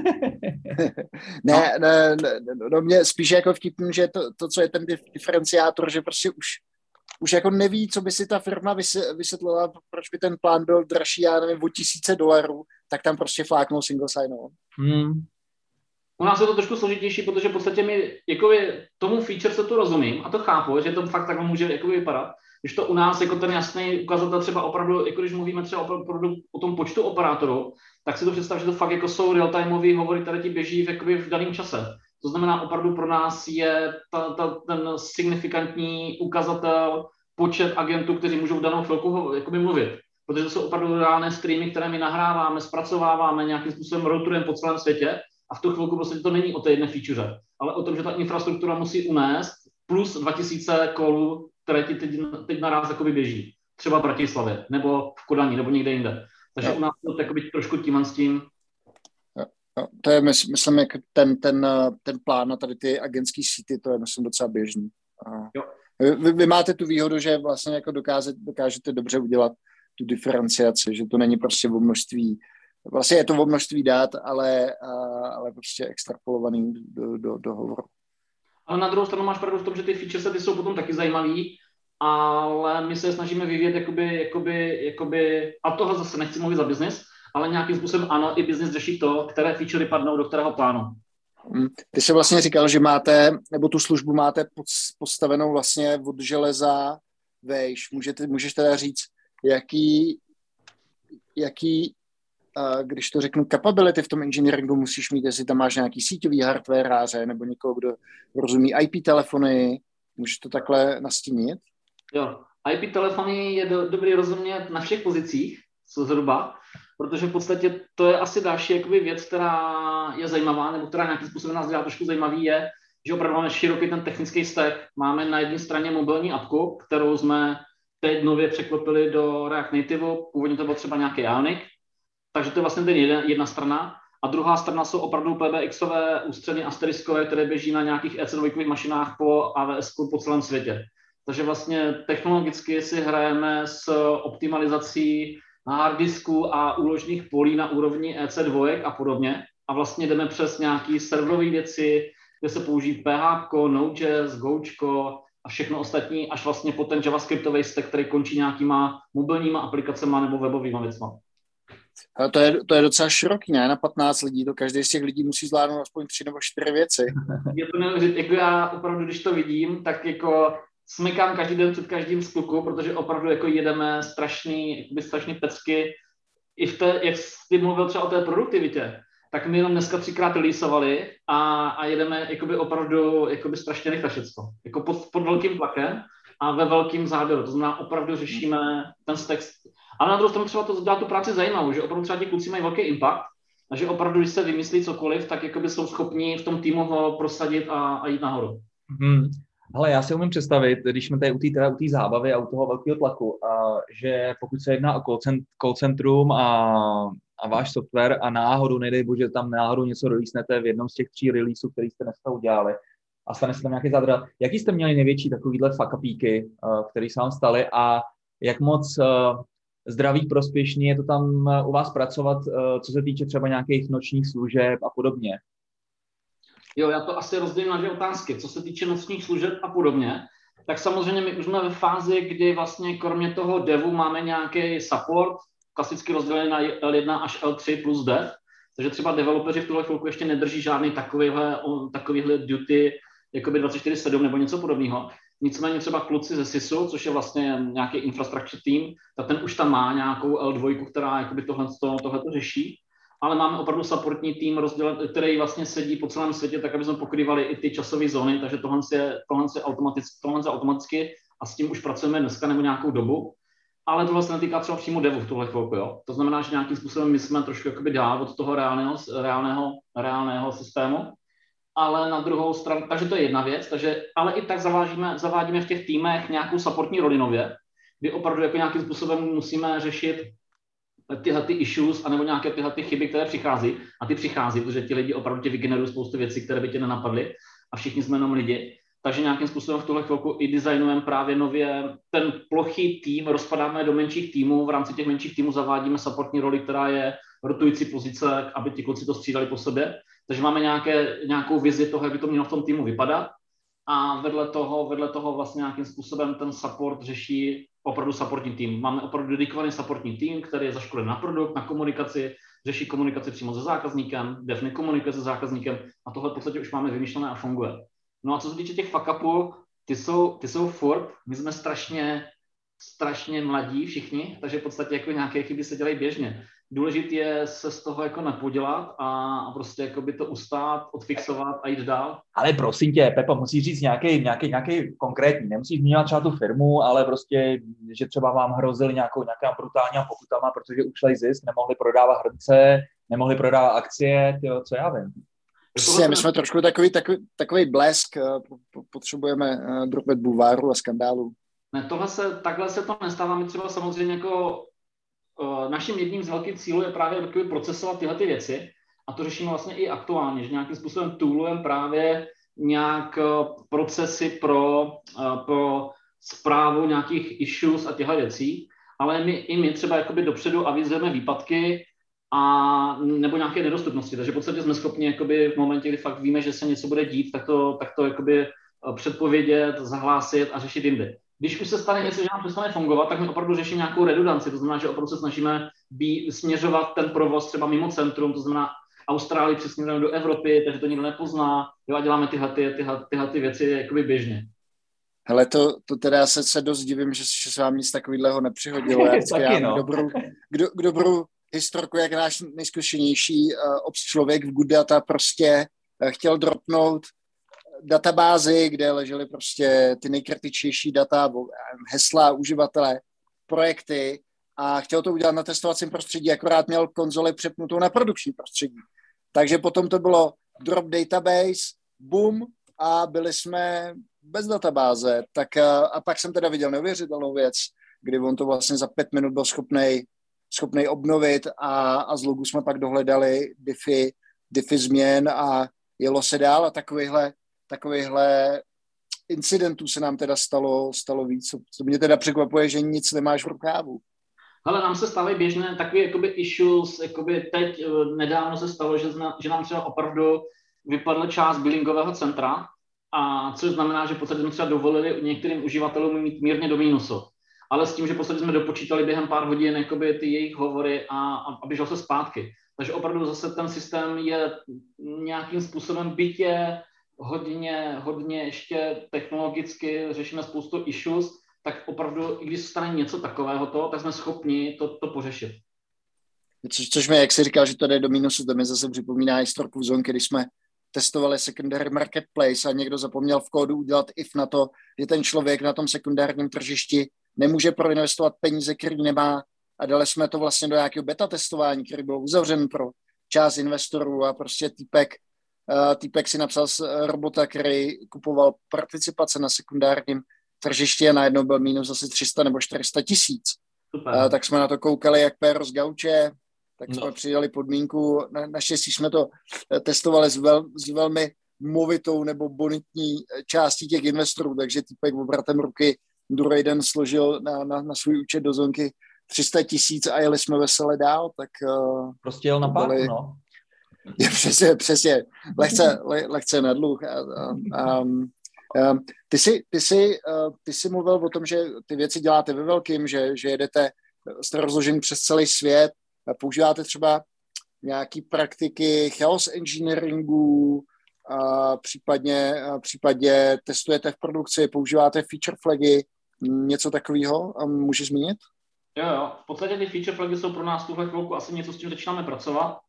ne, ne, ne, no mě spíš jako vtipný, že to, to, co je ten diferenciátor, že prostě už, už jako neví, co by si ta firma vysvětlila, proč by ten plán byl dražší, já nevím, o tisíce dolarů, tak tam prostě fláknou single sign-on. Hmm. U nás je to trošku složitější, protože v podstatě my jakoby, tomu feature se tu rozumím a to chápu, že to fakt takhle může jakoby vypadat. Když to u nás jako ten jasný ukazatel třeba opravdu, jako když mluvíme třeba opravdu o tom počtu operátorů, tak si to představ, že to fakt jako jsou real-timeový hovory, které ti běží v, jakoby v daném čase. To znamená, opravdu pro nás je ta, ta, ten signifikantní ukazatel počet agentů, kteří můžou v danou chvilku jakoby mluvit. Protože to jsou opravdu reálné streamy, které my nahráváme, zpracováváme, nějakým způsobem routujeme po celém světě a v tu chvilku prostě to není o té jedné feature, ale o tom, že ta infrastruktura musí unést plus dva tisíce kolů, které ti teď, teď naraz jakoby běží. Třeba v Bratislavě, nebo v Kodani, nebo někde jinde. Takže no. U nás to takový trošku tímhle s tím. No, no, to je, myslím, jak ten, ten, ten plán na tady ty agentský síty, to je, myslím, docela běžný. Jo. Vy, vy máte tu výhodu, že vlastně jako dokáže, dokážete dobře udělat tu diferenciaci, že to není prostě o množství, vlastně je to o množství dát, ale, ale prostě extrapolovaný do, do, do hovoru. Ale na druhou stranu máš pravdu v tom, že ty feature ty jsou potom taky zajímavý, ale my se snažíme vyvíjet jakoby, jakoby, jakoby, a tohle zase nechci mluvit za biznis, ale nějakým způsobem ano, i biznis řeší to, které featurey padnou do kterého plánu. Ty jsi vlastně říkal, že máte, nebo tu službu máte postavenou vlastně od železa vejš. Můžete, můžeš teda říct, jaký, jaký když to řeknu, capability v tom engineeringu musíš mít, jestli tam máš nějaký síťový hardwareáře nebo někoho, kdo rozumí I P telefony. Můžeš to takhle nastínit? Jo, I P telefony je do, dobrý rozumět na všech pozicích, co zhruba, protože v podstatě to je asi další jakoby věc, která je zajímavá, nebo která nějakým způsobem nás dělá trošku zajímavý, je, že opravdu máme široký ten technický stack. Máme na jedné straně mobilní apku, kterou jsme teď nově překlopili do React Native, původně to byl třeba nějaký Ionic, takže to je vlastně ten jedna, jedna strana. A druhá strana jsou opravdu P B Xové ústředny asteriskové, které běží na nějakých E C dva mašinách po A W S po celém světě. Takže vlastně technologicky si hrajeme s optimalizací na harddisku a úložných polí na úrovni E C dva a podobně. A vlastně jdeme přes nějaké serverové věci, kde se použijí P H, Node.js, Gočko a všechno ostatní, až vlastně po ten javascriptový stack, který končí nějakýma mobilníma aplikacemi nebo webovými věcma. Ale to je, to je docela široký, ne? Na patnáct lidí, to každý z těch lidí musí zvládnout aspoň tři nebo čtyři věci. Je to neuvěřitelné, jako já opravdu, když to vidím, tak jako smykám každý den před každým z kluků, protože opravdu jako jedeme strašný, jakoby strašný pecky. I v té, jak jsi mluvil třeba o té produktivitě, tak my jenom dneska třikrát releaseovali a, a jedeme jakoby opravdu jakoby strašně rychle všecko. Jako pod, pod velkým tlakem, a ve velkém záběru. To znamená, opravdu řešíme ten text. Ale na druhou stranu třeba to dělá tu práci zajímavou, že opravdu třeba ti kluci mají velký impact a že opravdu, když se vymyslí cokoliv, tak jakoby jsou schopni v tom týmu ho prosadit a, a jít nahoru. Hmm. Hele, já si umím představit, když jsme tady u té teda u té zábavy a u toho velkého tlaku, a že pokud se jedná o call, cent, call centrum a, a váš software a náhodou, nedej bože, tam náhodou něco releasenete v jednom z těch tří releaseů, který jste dneska udělali a stane se tam nějaký zádra. Jaký jste měli největší takovýhle fuck-upíky, které se vám staly a jak moc zdravý, prospěšný je to tam u vás pracovat, co se týče třeba nějakých nočních služeb a podobně? Jo, já to asi rozdělím na dvě otázky. Co se týče nočních služeb a podobně, tak samozřejmě my už jsme ve fázi, kdy vlastně kromě toho devu máme nějaký support, klasicky rozdělený na L jedna až L tři plus dev, takže třeba developeři v tuhle chvilku ještě nedrží žádný takovýhle, takovýhle duty jakoby dvacet čtyři sedm nebo něco podobného. Nicméně třeba kluci ze SISu, což je vlastně nějaký infrastructure team, tak ten už tam má nějakou L dva, která jakoby tohle, tohleto řeší. Ale máme opravdu supportní tým, rozdělen, který vlastně sedí po celém světě, tak aby jsme pokrývali i ty časové zóny, takže tohle je, tohle je, automaticky, tohle je automaticky a s tím už pracujeme dneska nebo nějakou dobu. Ale tohle se netýká třeba přímo devu v tuhle chvilku, jo. To znamená, že nějakým způsobem my jsme trošku jakoby dál od toho reálného, reálného, reálného systému. Ale na druhou stranu, takže to je jedna věc, takže, ale i tak zavádíme, zavádíme v těch týmech nějakou supportní roli nově, kdy opravdu jako nějakým způsobem musíme řešit tyhle ty issues, anebo nějaké tyhle ty chyby, které přichází. A ty přichází, protože ti lidi opravdu ti vygenerují spoustu věcí, které by tě nenapadly. A všichni jsme jenom lidi. Takže nějakým způsobem v tuhle chvilku i designujeme právě nově ten plochý tým, rozpadáme do menších týmů, v rámci těch menších týmů zavádíme supportní roli, která je rotující pozice, aby ti kluci to střídali po sobě. Takže máme nějaké, nějakou vizi toho, jak by to mělo v tom týmu vypadat. A vedle toho, vedle toho vlastně nějakým způsobem ten support řeší opravdu supportní tým. Máme opravdu dedikovaný supportní tým, který je zaškolen na produkt, na komunikaci, řeší komunikaci přímo se zákazníkem, definitivně komunikuje se zákazníkem a tohle v podstatě už máme vymyšlené a funguje. No a co se týče těch fuck-upů, ty jsou, ty jsou furt, my jsme strašně, strašně mladí všichni, takže v podstatě jako nějaké chyby se dělají běžně. Důležité je se z toho jako nepodělat a, a prostě jako by to ustát, odfixovat a jít dál. Ale prosím tě, Pepo, musíš říct nějaký, nějaký, nějaký konkrétní, nemusíš zmínit třeba tu firmu, ale prostě, že třeba vám hrozili nějakou, nějaká brutální pokutama, protože ušli zisk, nemohli prodávat hrnce, nemohli prodávat akcie, tyjo, co já vím. Přesně, my jsme trošku takový, takový, takový blesk, potřebujeme dropet bulváru a skandálu. Ne, tohle se, takhle se to nestává. My třeba samozřejmě jako uh, naším jedním z velkých cílů je právě takový procesovat tyhle ty věci a to řešíme vlastně i aktuálně, že nějakým způsobem toolujeme právě nějak uh, procesy pro, uh, pro správu nějakých issues a těchto věcí, ale my, i my třeba jakoby dopředu avizujeme výpadky a nebo nějaké nedostupnosti, takže v podstatě jsme schopni jakoby v momentě, kdy fakt víme, že se něco bude dít, tak to, tak to jakoby předpovědět, zahlásit a řešit jindy. Když už se stane něco, že nám přestane fungovat, tak my opravdu řešíme nějakou redundanci, to znamená, že opravdu se snažíme být, směřovat ten provoz třeba mimo centrum, to znamená Austrálii přesměrujeme do Evropy, takže to nikdo nepozná, jo, a děláme tyhle, ty, tyhle, tyhle ty věci jakoby běžně. Hele, to, to teda se, se dost divím, že, že se vám nic takového nepřihodilo. Já, já no. dobrou, kdo, dobrou historku, jak náš nejzkušenější uh, ops člověk v Good Data prostě uh, chtěl dropnout databázy, kde ležely prostě ty nejkritičtější data, hesla, uživatele, projekty a chtěl to udělat na testovacím prostředí, akorát měl konzoli přepnutou na produkční prostředí. Takže potom to bylo drop database, boom a byli jsme bez databáze. Tak a, a pak jsem teda viděl neuvěřitelnou věc, kdy on to vlastně za pět minut byl schopnej, schopnej obnovit a, a z logu jsme pak dohledali diffy, diffy změn a jelo se dál a takovýhle takovýchhle incidentů se nám teda stalo, stalo víc. Co mě teda překvapuje, že nic nemáš v rukávu. Hele, nám se stávají běžné takové jakoby issues, jakoby teď nedávno se stalo, že, zna, že nám třeba opravdu vypadla část billingového centra, a což znamená, že v podstatě jsme třeba dovolili některým uživatelům mít mírně do mínusu. Ale s tím, že v podstatě jsme dopočítali během pár hodin jakoby ty jejich hovory a, a, a běžel se zpátky. Takže opravdu zase ten systém je nějakým způsobem bytě hodně, hodně ještě technologicky řešíme spoustu issues, tak opravdu, i když stane něco takového, to, tak jsme schopni to, to pořešit. Co, což mi, jak jsi říkal, že to jde do mínusu, to mi zase připomíná historku v Zonky, když jsme testovali secondary marketplace a někdo zapomněl v kódu udělat if na to, že ten člověk na tom sekundárním tržišti nemůže proinvestovat peníze, který nemá, a dali jsme to vlastně do nějakého beta testování, který byl uzavřen pro část investorů a prostě týpek, uh, týpek si napsal robota, který kupoval participace na sekundárním tržišti a najednou byl minus asi tři sta nebo čtyři sta tisíc. Uh, tak jsme na to koukali jak péro z gauče, tak jsme no. přidali podmínku. Na, naštěstí jsme to testovali s, vel, s velmi movitou nebo bonitní částí těch investorů, takže týpek obratem ruky druhý den složil na, na, na svůj účet do zonky tři sta tisíc a jeli jsme veselé dál, tak... Uh, prostě jel na pár, byli... no. Je, přesně, přesně. Lehce, le, lehce na dluh. A, a, um, um, ty, jsi, ty, jsi, uh, ty jsi mluvil o tom, že ty věci děláte ve velkým, že, že jedete, jste rozloženi přes celý svět, používáte třeba nějaký praktiky chaos engineeringu, a případně, a případně testujete v produkci, používáte feature flagy, něco takového, a můžeš zmínit? Jo, jo, v podstatě ty feature flagy jsou pro nás tuhle chvilku asi něco, s čím začínáme pracovat.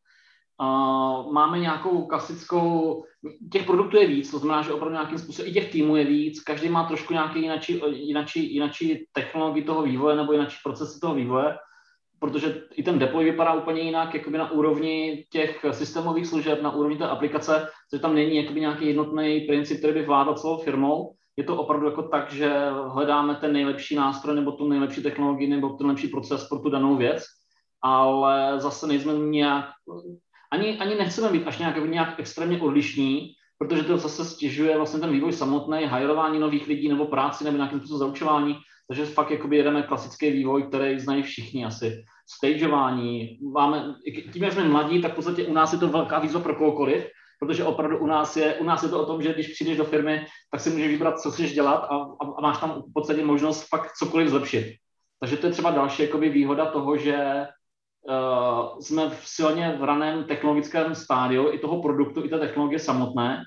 Uh, máme nějakou klasickou, těch produktů je víc, to znamená, že opravdu nějakým způsobem i těch týmů je víc, každý má trošku nějaký jinačí, jinačí, jinačí technologii toho vývoje nebo jinačí procesy toho vývoje, protože i ten deploy vypadá úplně jinak, jakoby na úrovni těch systémových služeb, na úrovni té aplikace, že tam není jakoby nějaký jednotný princip, který by vládal celou firmou. Je to opravdu jako tak, že hledáme ten nejlepší nástroj nebo tu nejlepší technologii nebo ten nejlepší proces pro tu danou věc, ale zase nejsme nějak, ani, ani nechceme být až nějak, nějak extrémně odlišní, protože to zase stěžuje vlastně ten vývoj samotný, hajrování nových lidí nebo práci nebo nějakým způsobem zaučování. Takže fakt jakoby jedeme klasický vývoj, který znají všichni asi. Stageování, máme, tím, jak jsme mladí, tak v podstatě u nás je to velká výzva pro kohokoliv, protože opravdu u nás je, u nás je to o tom, že když přijdeš do firmy, tak si můžeš vybrat, co chceš dělat a, a, a máš tam v podstatě možnost fakt cokoliv zlepšit. Takže to je třeba další jakoby výhoda toho, že uh, jsme v silně v raném technologickém stádiu i toho produktu, i té technologie samotné.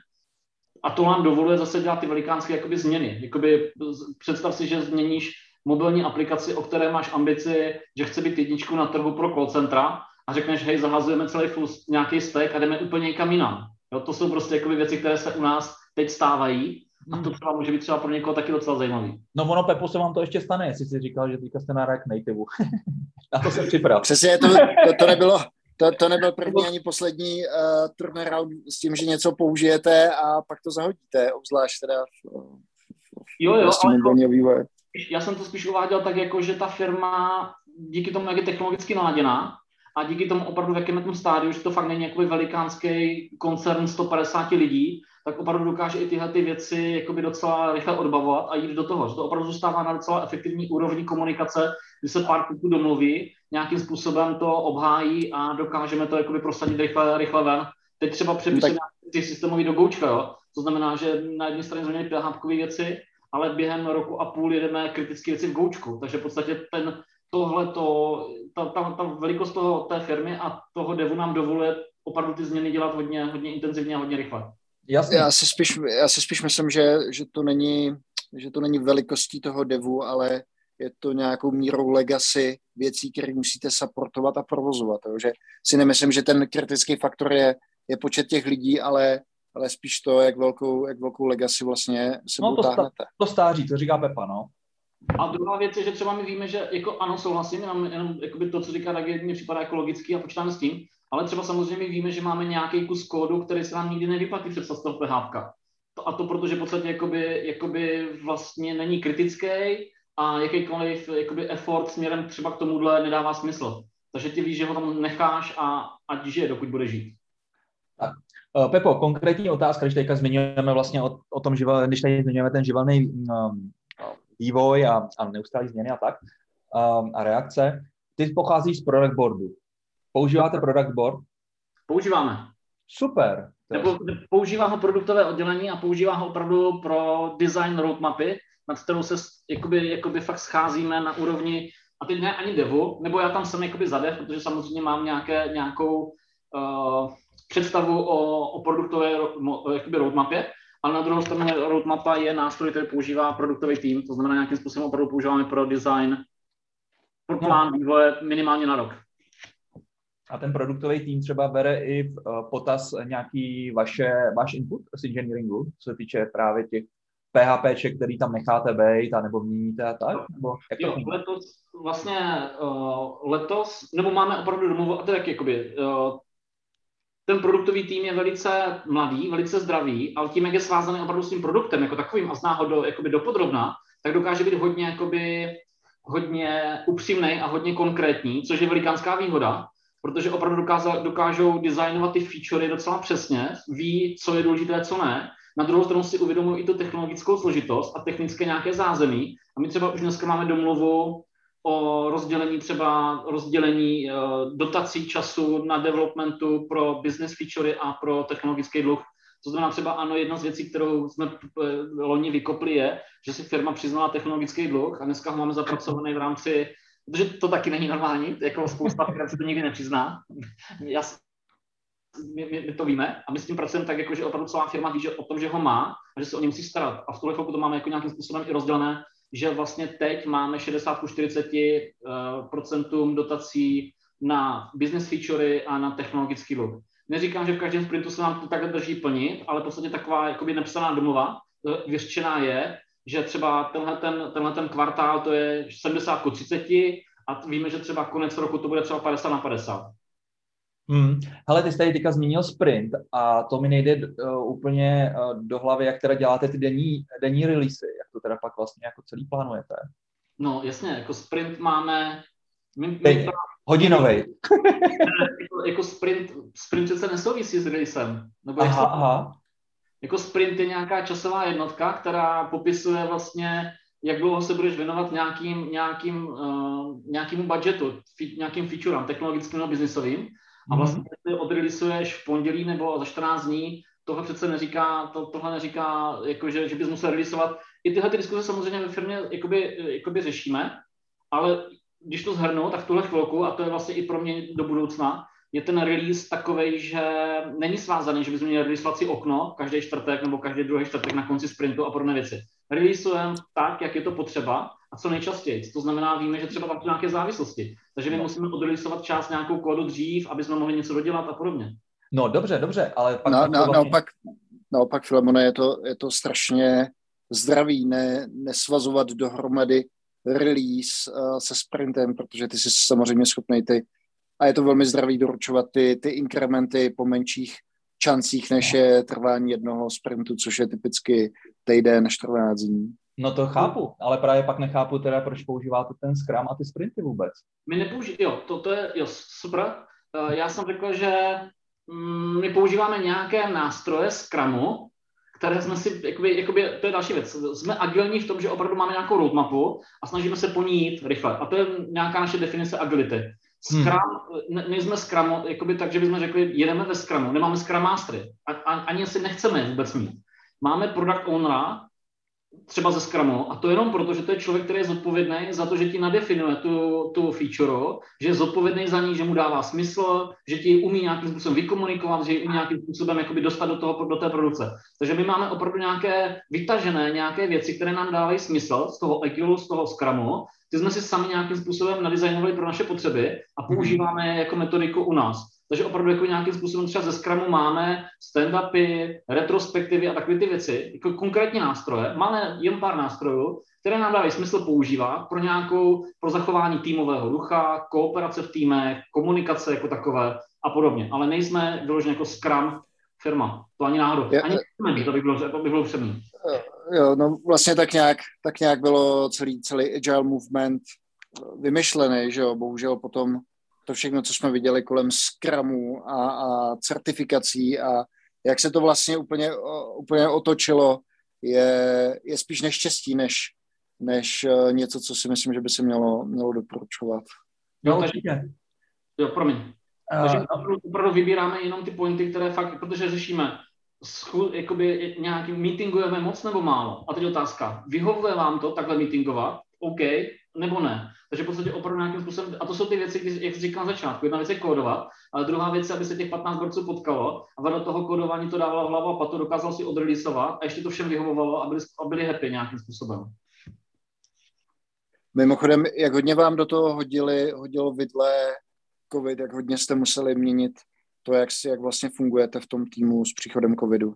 A to nám dovoluje zase dělat ty velikánské jakoby změny. Jakoby, představ si, že změníš mobilní aplikaci, o které máš ambici, že chce být jedničkou na trhu pro call centra a řekneš, hej, zahazujeme celý full, nějaký stack a jdeme úplně někam jinam. Jo, to jsou prostě jakoby věci, které se u nás teď stávají a to třeba může být třeba pro někoho taky docela zajímavý. No ono, Pepo, se vám to ještě stane, jestli jsi říkal, že teďka jste na React Nativeu. Na to jsem připravil. Přesně, to, to, to nebylo... To, to nebyl první ani poslední uh, turnaround s tím, že něco použijete a pak to zahodíte, obzvlášť teda v, v, jo, jo, v mobilního vývoje. Já jsem to spíš uváděl tak, jako, že ta firma díky tomu, jak je technologicky naladěná a díky tomu opravdu, v jakém je tom stádiu, že to fakt není jakoby velikánský koncern sto padesát lidí, tak opravdu dokáže i tyhle ty věci jakoby docela rychle odbavovat a jít do toho, že to opravdu zůstává na docela efektivní úrovni komunikace, kdy se pár kluků domluví, nějakým způsobem to obhájí a dokážeme to jakoby prosadit rychle, rychle ven. Teď třeba přepisujeme tak... ty systémový do Goučka, jo? To znamená, že na jedné straně jsme měli P H P věci, ale během roku a půl jedeme kritické věci v Goučku, takže v podstatě ten, tohleto, ta, ta, ta velikost toho, té firmy a toho devu nám dovoluje opravdu ty změny dělat hodně, hodně intenzivně a hodně rychle. Jasně. Já si spíš, já si spíš myslím, že, že, to není, že to není velikostí toho devu, ale je to nějakou mírou legacy věcí, které musíte supportovat a provozovat. Takže si nemyslím, že ten kritický faktor je, je počet těch lidí, ale, ale spíš to, jak velkou, jak velkou legacy vlastně se no, to, táhnete. to stáří, to říká Pepa, no. A druhá věc je, že třeba my víme, že jako ano, souhlasím, jenom, jenom to, co říká, tak mně připadá jako logický a počítáme s tím, ale třeba samozřejmě víme, že máme nějaký kus kódu, který se nám nikdy nevyplatí přestat z toho P H P. A to protože v podstatě jakoby, jakoby vlastně není kritický a jakýkoliv jakoby effort směrem třeba k tomuhle nedává smysl. Takže ty víš, že ho tam necháš a ať žije, dokud bude žít. Tak. Pepo, konkrétní otázka, když teďka zmiňujeme vlastně o, o tom, živel, když tady zmiňujeme ten živelný um, vývoj a, a neustálý změny a tak um, a reakce. Ty pocházíš z product boardu. Používáte product board? Používáme. Super. Nebo používá ho produktové oddělení a používá ho opravdu pro design roadmapy, nad kterou se jakoby, jakoby fakt scházíme na úrovni, a teď ne ani devu, nebo já tam jsem jakoby za dev, protože samozřejmě mám nějaké, nějakou uh, představu o, o produktové jakoby roadmapě, ale na druhou stranu roadmapa je nástroj, který používá produktový tým, to znamená nějakým způsobem opravdu používáme pro design, pro plán vývoje minimálně na rok. a ten produktový tým třeba bere i v potaz nějaký vaše, váš input z engineeringu, co se týče právě těch PHPček, který tam necháte být, anebo měníte a tak? Nebo jak to jo, letos vlastně uh, letos, nebo máme opravdu domluvu, a to je jak jakoby, uh, ten produktový tým je velice mladý, velice zdravý, ale tím, jak je svázaný opravdu s tím produktem jako takovým a zná ho do, jakoby dopodrobna, tak dokáže být hodně, jakoby, hodně upřímnej a hodně konkrétní, což je velikánská výhoda, protože opravdu dokážou, dokážou designovat ty featurey docela přesně, ví, co je důležité, co ne. Na druhou stranu si uvědomují i tu technologickou složitost a technické nějaké zázemí. A my třeba už dneska máme domluvu o rozdělení třeba rozdělení uh, dotací času na developmentu pro business featurey a pro technologický dluh. To znamená třeba ano, jedna z věcí, kterou jsme loni vykopli je, že si firma přiznala technologický dluh a dneska ho máme zapracovaný v rámci, protože to taky není normální, jako spousta firm se to nikdy nepřizná. Jas, my, my, my to víme a my s tím pracujeme tak, jako, že opravdu celá firma ví, že o tom, že ho má a že se o něj musí starat. A v tuhle chvilku to máme jako nějakým způsobem i rozdělené, že vlastně teď máme šedesát ku čtyřiceti procentům dotací na business featurey a na technologický dluh. Neříkám, že v každém sprintu se nám to takhle drží plnit, ale v podstatě taková jakoby nepsaná domluva vyřčená je, že třeba tenhle ten, tenhle ten kvartál to je sedmdesát ku třiceti a víme, že třeba konec roku to bude třeba padesát na padesát. Hmm. Hele, ty jsi tady teďka zmínil sprint a to mi nejde uh, úplně uh, do hlavy, jak teda děláte ty denní, denní releasy, jak to teda pak vlastně jako celý plánujete. No jasně, jako sprint máme... My, my Denně, hodinovej. jako, jako sprint, sprint přece nesouvisí s releasem. Nebo aha, aha. Jako sprint je nějaká časová jednotka, která popisuje vlastně, jak dlouho se budeš věnovat nějakým, nějakým, uh, nějakému budgetu, fi, nějakým featurám, technologickým nebo biznisovým. A vlastně ty odreleasuješ v pondělí nebo za čtrnáct dní, tohle přece neříká, to, tohle neříká, jako že, že bys musel releaseovat. I tyhle ty diskuze samozřejmě ve firmě jakoby, jakoby řešíme, ale když to shrnu, tak v tuhle chvilku, a to je vlastně i pro mě do budoucna, je ten release takovej, že není svázaný, že bychom měli releaseovací okno každý čtvrtek nebo každý druhý čtvrtek na konci sprintu a podobné věci. Releaseujeme tak, jak je to potřeba a co nejčastěji. To znamená, víme, že třeba tam jsou nějaké závislosti. Takže my musíme odreleaseovat část nějakou kódu dřív, aby jsme mohli něco dodělat a podobně. No dobře, dobře, ale pak... No, no, vlastně... naopak, naopak, Filemone, je to, je to strašně zdravý, ne, nesvazovat dohromady release uh, se sprintem, protože ty jsi samozřejmě schopnej ty, a je to velmi zdravý doručovat ty, ty inkrementy po menších šancích, než je trvání jednoho sprintu, což je typicky týden, čtrnáct dní. No to chápu, ale právě pak nechápu teda, proč používáte ten Scrum a ty sprinty vůbec. My nepoužíváme, jo, to, to je, jo, super. Uh, já jsem řekl, že mm, my používáme nějaké nástroje Scrumu, které jsme si, jakoby, jakoby, to je další věc, jsme agilní v tom, že opravdu máme nějakou roadmapu a snažíme se po ní jít rychle. A to je nějaká naše definice agility. Scrum, hmm. ne, nejsme Scrumu, jakoby tak, že bychom řekli, jedeme ve Scrumu, nemáme Scrum Mastery, a, a, ani si nechceme vůbec mít. Máme product ownera, třeba ze Scrumu, a to jenom proto, že to je člověk, který je zodpovědný za to, že ti nadefinuje tu, tu feature, že je zodpovědný za ní, že mu dává smysl, že ti umí nějakým způsobem vykomunikovat, že ji umí nějakým způsobem jakoby dostat do, toho, do té produkce. Takže my máme opravdu nějaké vytažené nějaké věci, které nám dávají smysl z toho Agilu, z toho Scrumu. Ty jsme si sami nějakým způsobem nadizajnovali pro naše potřeby a používáme je jako metodiku u nás. Takže opravdu jako nějakým způsobem třeba ze Scrumu máme stand-upy, retrospektivy a takové ty věci, jako konkrétní nástroje. Máme jen pár nástrojů, které nám dávají smysl používat pro nějakou, pro zachování týmového ducha, kooperace v týmech, komunikace jako takové a podobně. Ale nejsme vyloženě jako Scrum firma. To ani náhodou. Je, ani nechceme, to by bylo, to by bylo přemný. Jo, no vlastně tak nějak, tak nějak bylo celý, celý agile movement vymyšlený, že jo, bohužel potom to všechno, co jsme viděli kolem Scrumu a, a certifikací a jak se to vlastně úplně, úplně otočilo, je, je spíš neštěstí, než, než něco, co si myslím, že by se mělo, mělo doporučovat. Jo, takže, jo, promiň. Uh, takže opravdu, opravdu vybíráme jenom ty pointy, které fakt, protože řešíme, schůd, jakoby nějaký meetingujeme moc nebo málo. A teď otázka, vyhovuje vám to takhle meetingovat? OK, nebo ne. Takže v podstatě opravdu nějakým způsobem, a to jsou ty věci, jak říkám na začátku, jedna věc je kódovat, ale druhá věc je, aby se těch patnáct borců potkalo a vedle toho kódování to dávalo hlavu a patu, dokázal si odreleasovat a ještě to všem vyhovovalo a byli, a byli happy nějakým způsobem. Mimochodem, jak hodně vám do toho hodili, hodilo vidle covid, jak hodně jste museli měnit to, jak, si, jak vlastně fungujete v tom týmu s příchodem covidu?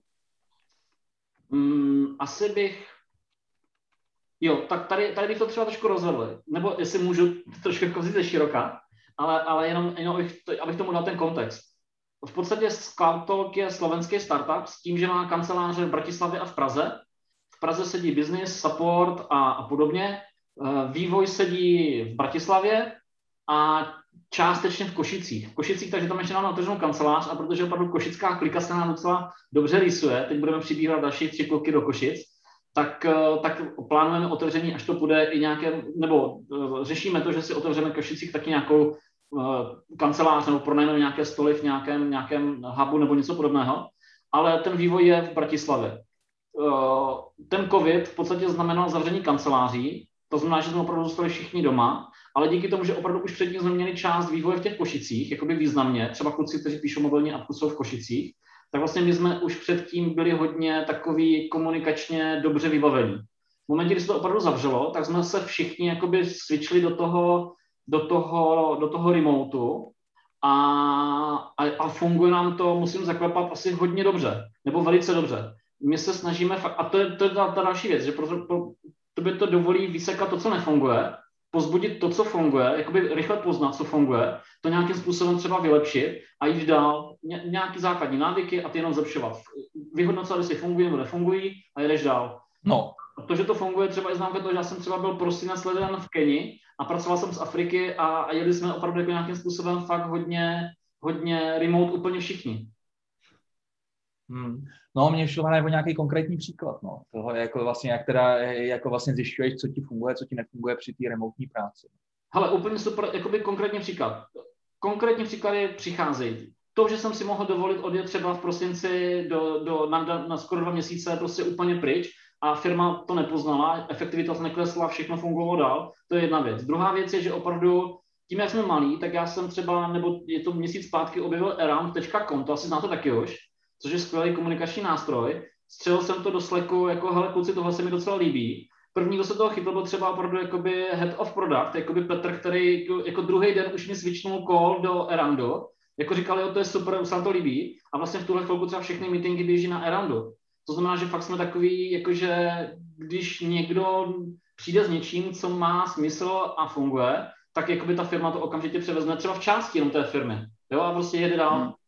Mm, asi bych... Jo, tak tady, tady bych to třeba trošku rozvedl. Nebo jestli můžu trošku kozit ze široka, ale, ale jenom, jenom abych, to, abych tomu dal ten kontext. V podstatě CloudTalk je slovenský startup s tím, že má kanceláře v Bratislavě a v Praze. V Praze sedí business, support a, a podobně. Vývoj sedí v Bratislavě a částečně v Košicích. V Košicích, takže tam ještě máme otevřenou kancelář a protože opravdu košická klika se nám docela dobře rýsuje, teď budeme přibývat další tři kluky do Košic, tak, tak plánujeme otevření, až to bude i nějaké, nebo řešíme to, že si otevřeme v Košicích taky nějakou kancelář nebo pronajmeme nějaké stoly v nějakém, nějakém hubu nebo něco podobného, ale ten vývoj je v Bratislavě. Ten covid v podstatě znamenal zavření kanceláří, to znamená, že jsme opravdu zůstali všichni doma, ale díky tomu, že opravdu už předtím jsme měli část vývoje v těch Košicích, jakoby významně, třeba kluci, kteří píšou mobilní apku, jsou v Košicích, tak vlastně my jsme už předtím byli hodně takový komunikačně dobře vybavení. V momentě, kdy se to opravdu zavřelo, tak jsme se všichni jakoby switchli do toho, do toho, do toho remotu a, a, a funguje nám to, musím zaklepat, asi hodně dobře, nebo velice dobře. My se snažíme, fakt, a to je, to je ta, ta další věc, že pro, pro, to by to dovolí vysekat to, co nefunguje, pozbudit to, co funguje, jakoby rychle poznat, co funguje, to nějakým způsobem třeba vylepšit a jít dál, ně, nějaký základní návyky a ty jenom zlepšovat. Vyhodnocovat, jestli fungují nebo nefungují a jedeš dál. No. To, že to funguje, třeba i známka toho, že já jsem třeba byl prosinec leden v Keni a pracoval jsem z Afriky a, a jeli jsme opravdu jako nějakým způsobem fakt hodně, hodně remote úplně všichni. Hmm. No, mě šlo nebo nějaký konkrétní příklad, no, toho, jako vlastně, jak teda, jako vlastně zjišťuješ, co ti funguje, co ti nefunguje při té remotní práci. Hele, úplně super, jakoby konkrétní příklad. Konkrétní příklady přicházejí. To, že jsem si mohl dovolit odjet třeba v prosinci do, do, na, na skoro dva měsíce prostě úplně pryč a firma to nepoznala, efektivita se neklesla, všechno fungovalo dál, to je jedna věc. Druhá věc je, že opravdu tím, jak jsme malí, tak já jsem třeba, nebo je to měsíc zpátky, objevil around tečka com, to asi znáte taky už, což je skvělý komunikační nástroj. Střelil jsem to do Slacku, jako hele kluci, tohle se mi docela líbí. První, kdo se toho chytl, byl třeba opravdu jakoby head of product, jakoby Petr, který jako, jako druhý den už mi switchnul call do Aroundu. Jako říkali, jo, to je super, už se nám to líbí. A vlastně v tuhle chvilku třeba všechny meetingy běží na Aroundu. To znamená, že fakt jsme takový, jakože když někdo přijde s něčím, co má smysl a funguje, tak jakoby ta firma to okamžitě převezme třeba v části jenom té firmy. Jo, a prostě jede dál. Hmm.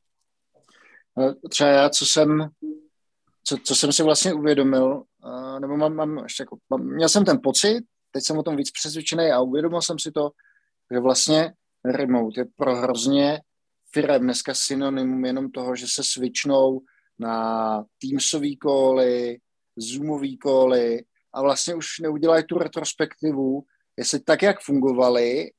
Třeba já, co jsem, co, co jsem si vlastně uvědomil, uh, nebo mám, mám ještě jako, mám, měl jsem ten pocit, teď jsem o tom víc přesvědčený a uvědomil jsem si to, že vlastně remote je pro hrozně firem dneska synonymum jenom toho, že se switchnou na Teamsový cally, Zoomový cally a vlastně už neudělají tu retrospektivu, jestli tak, jak fungovaly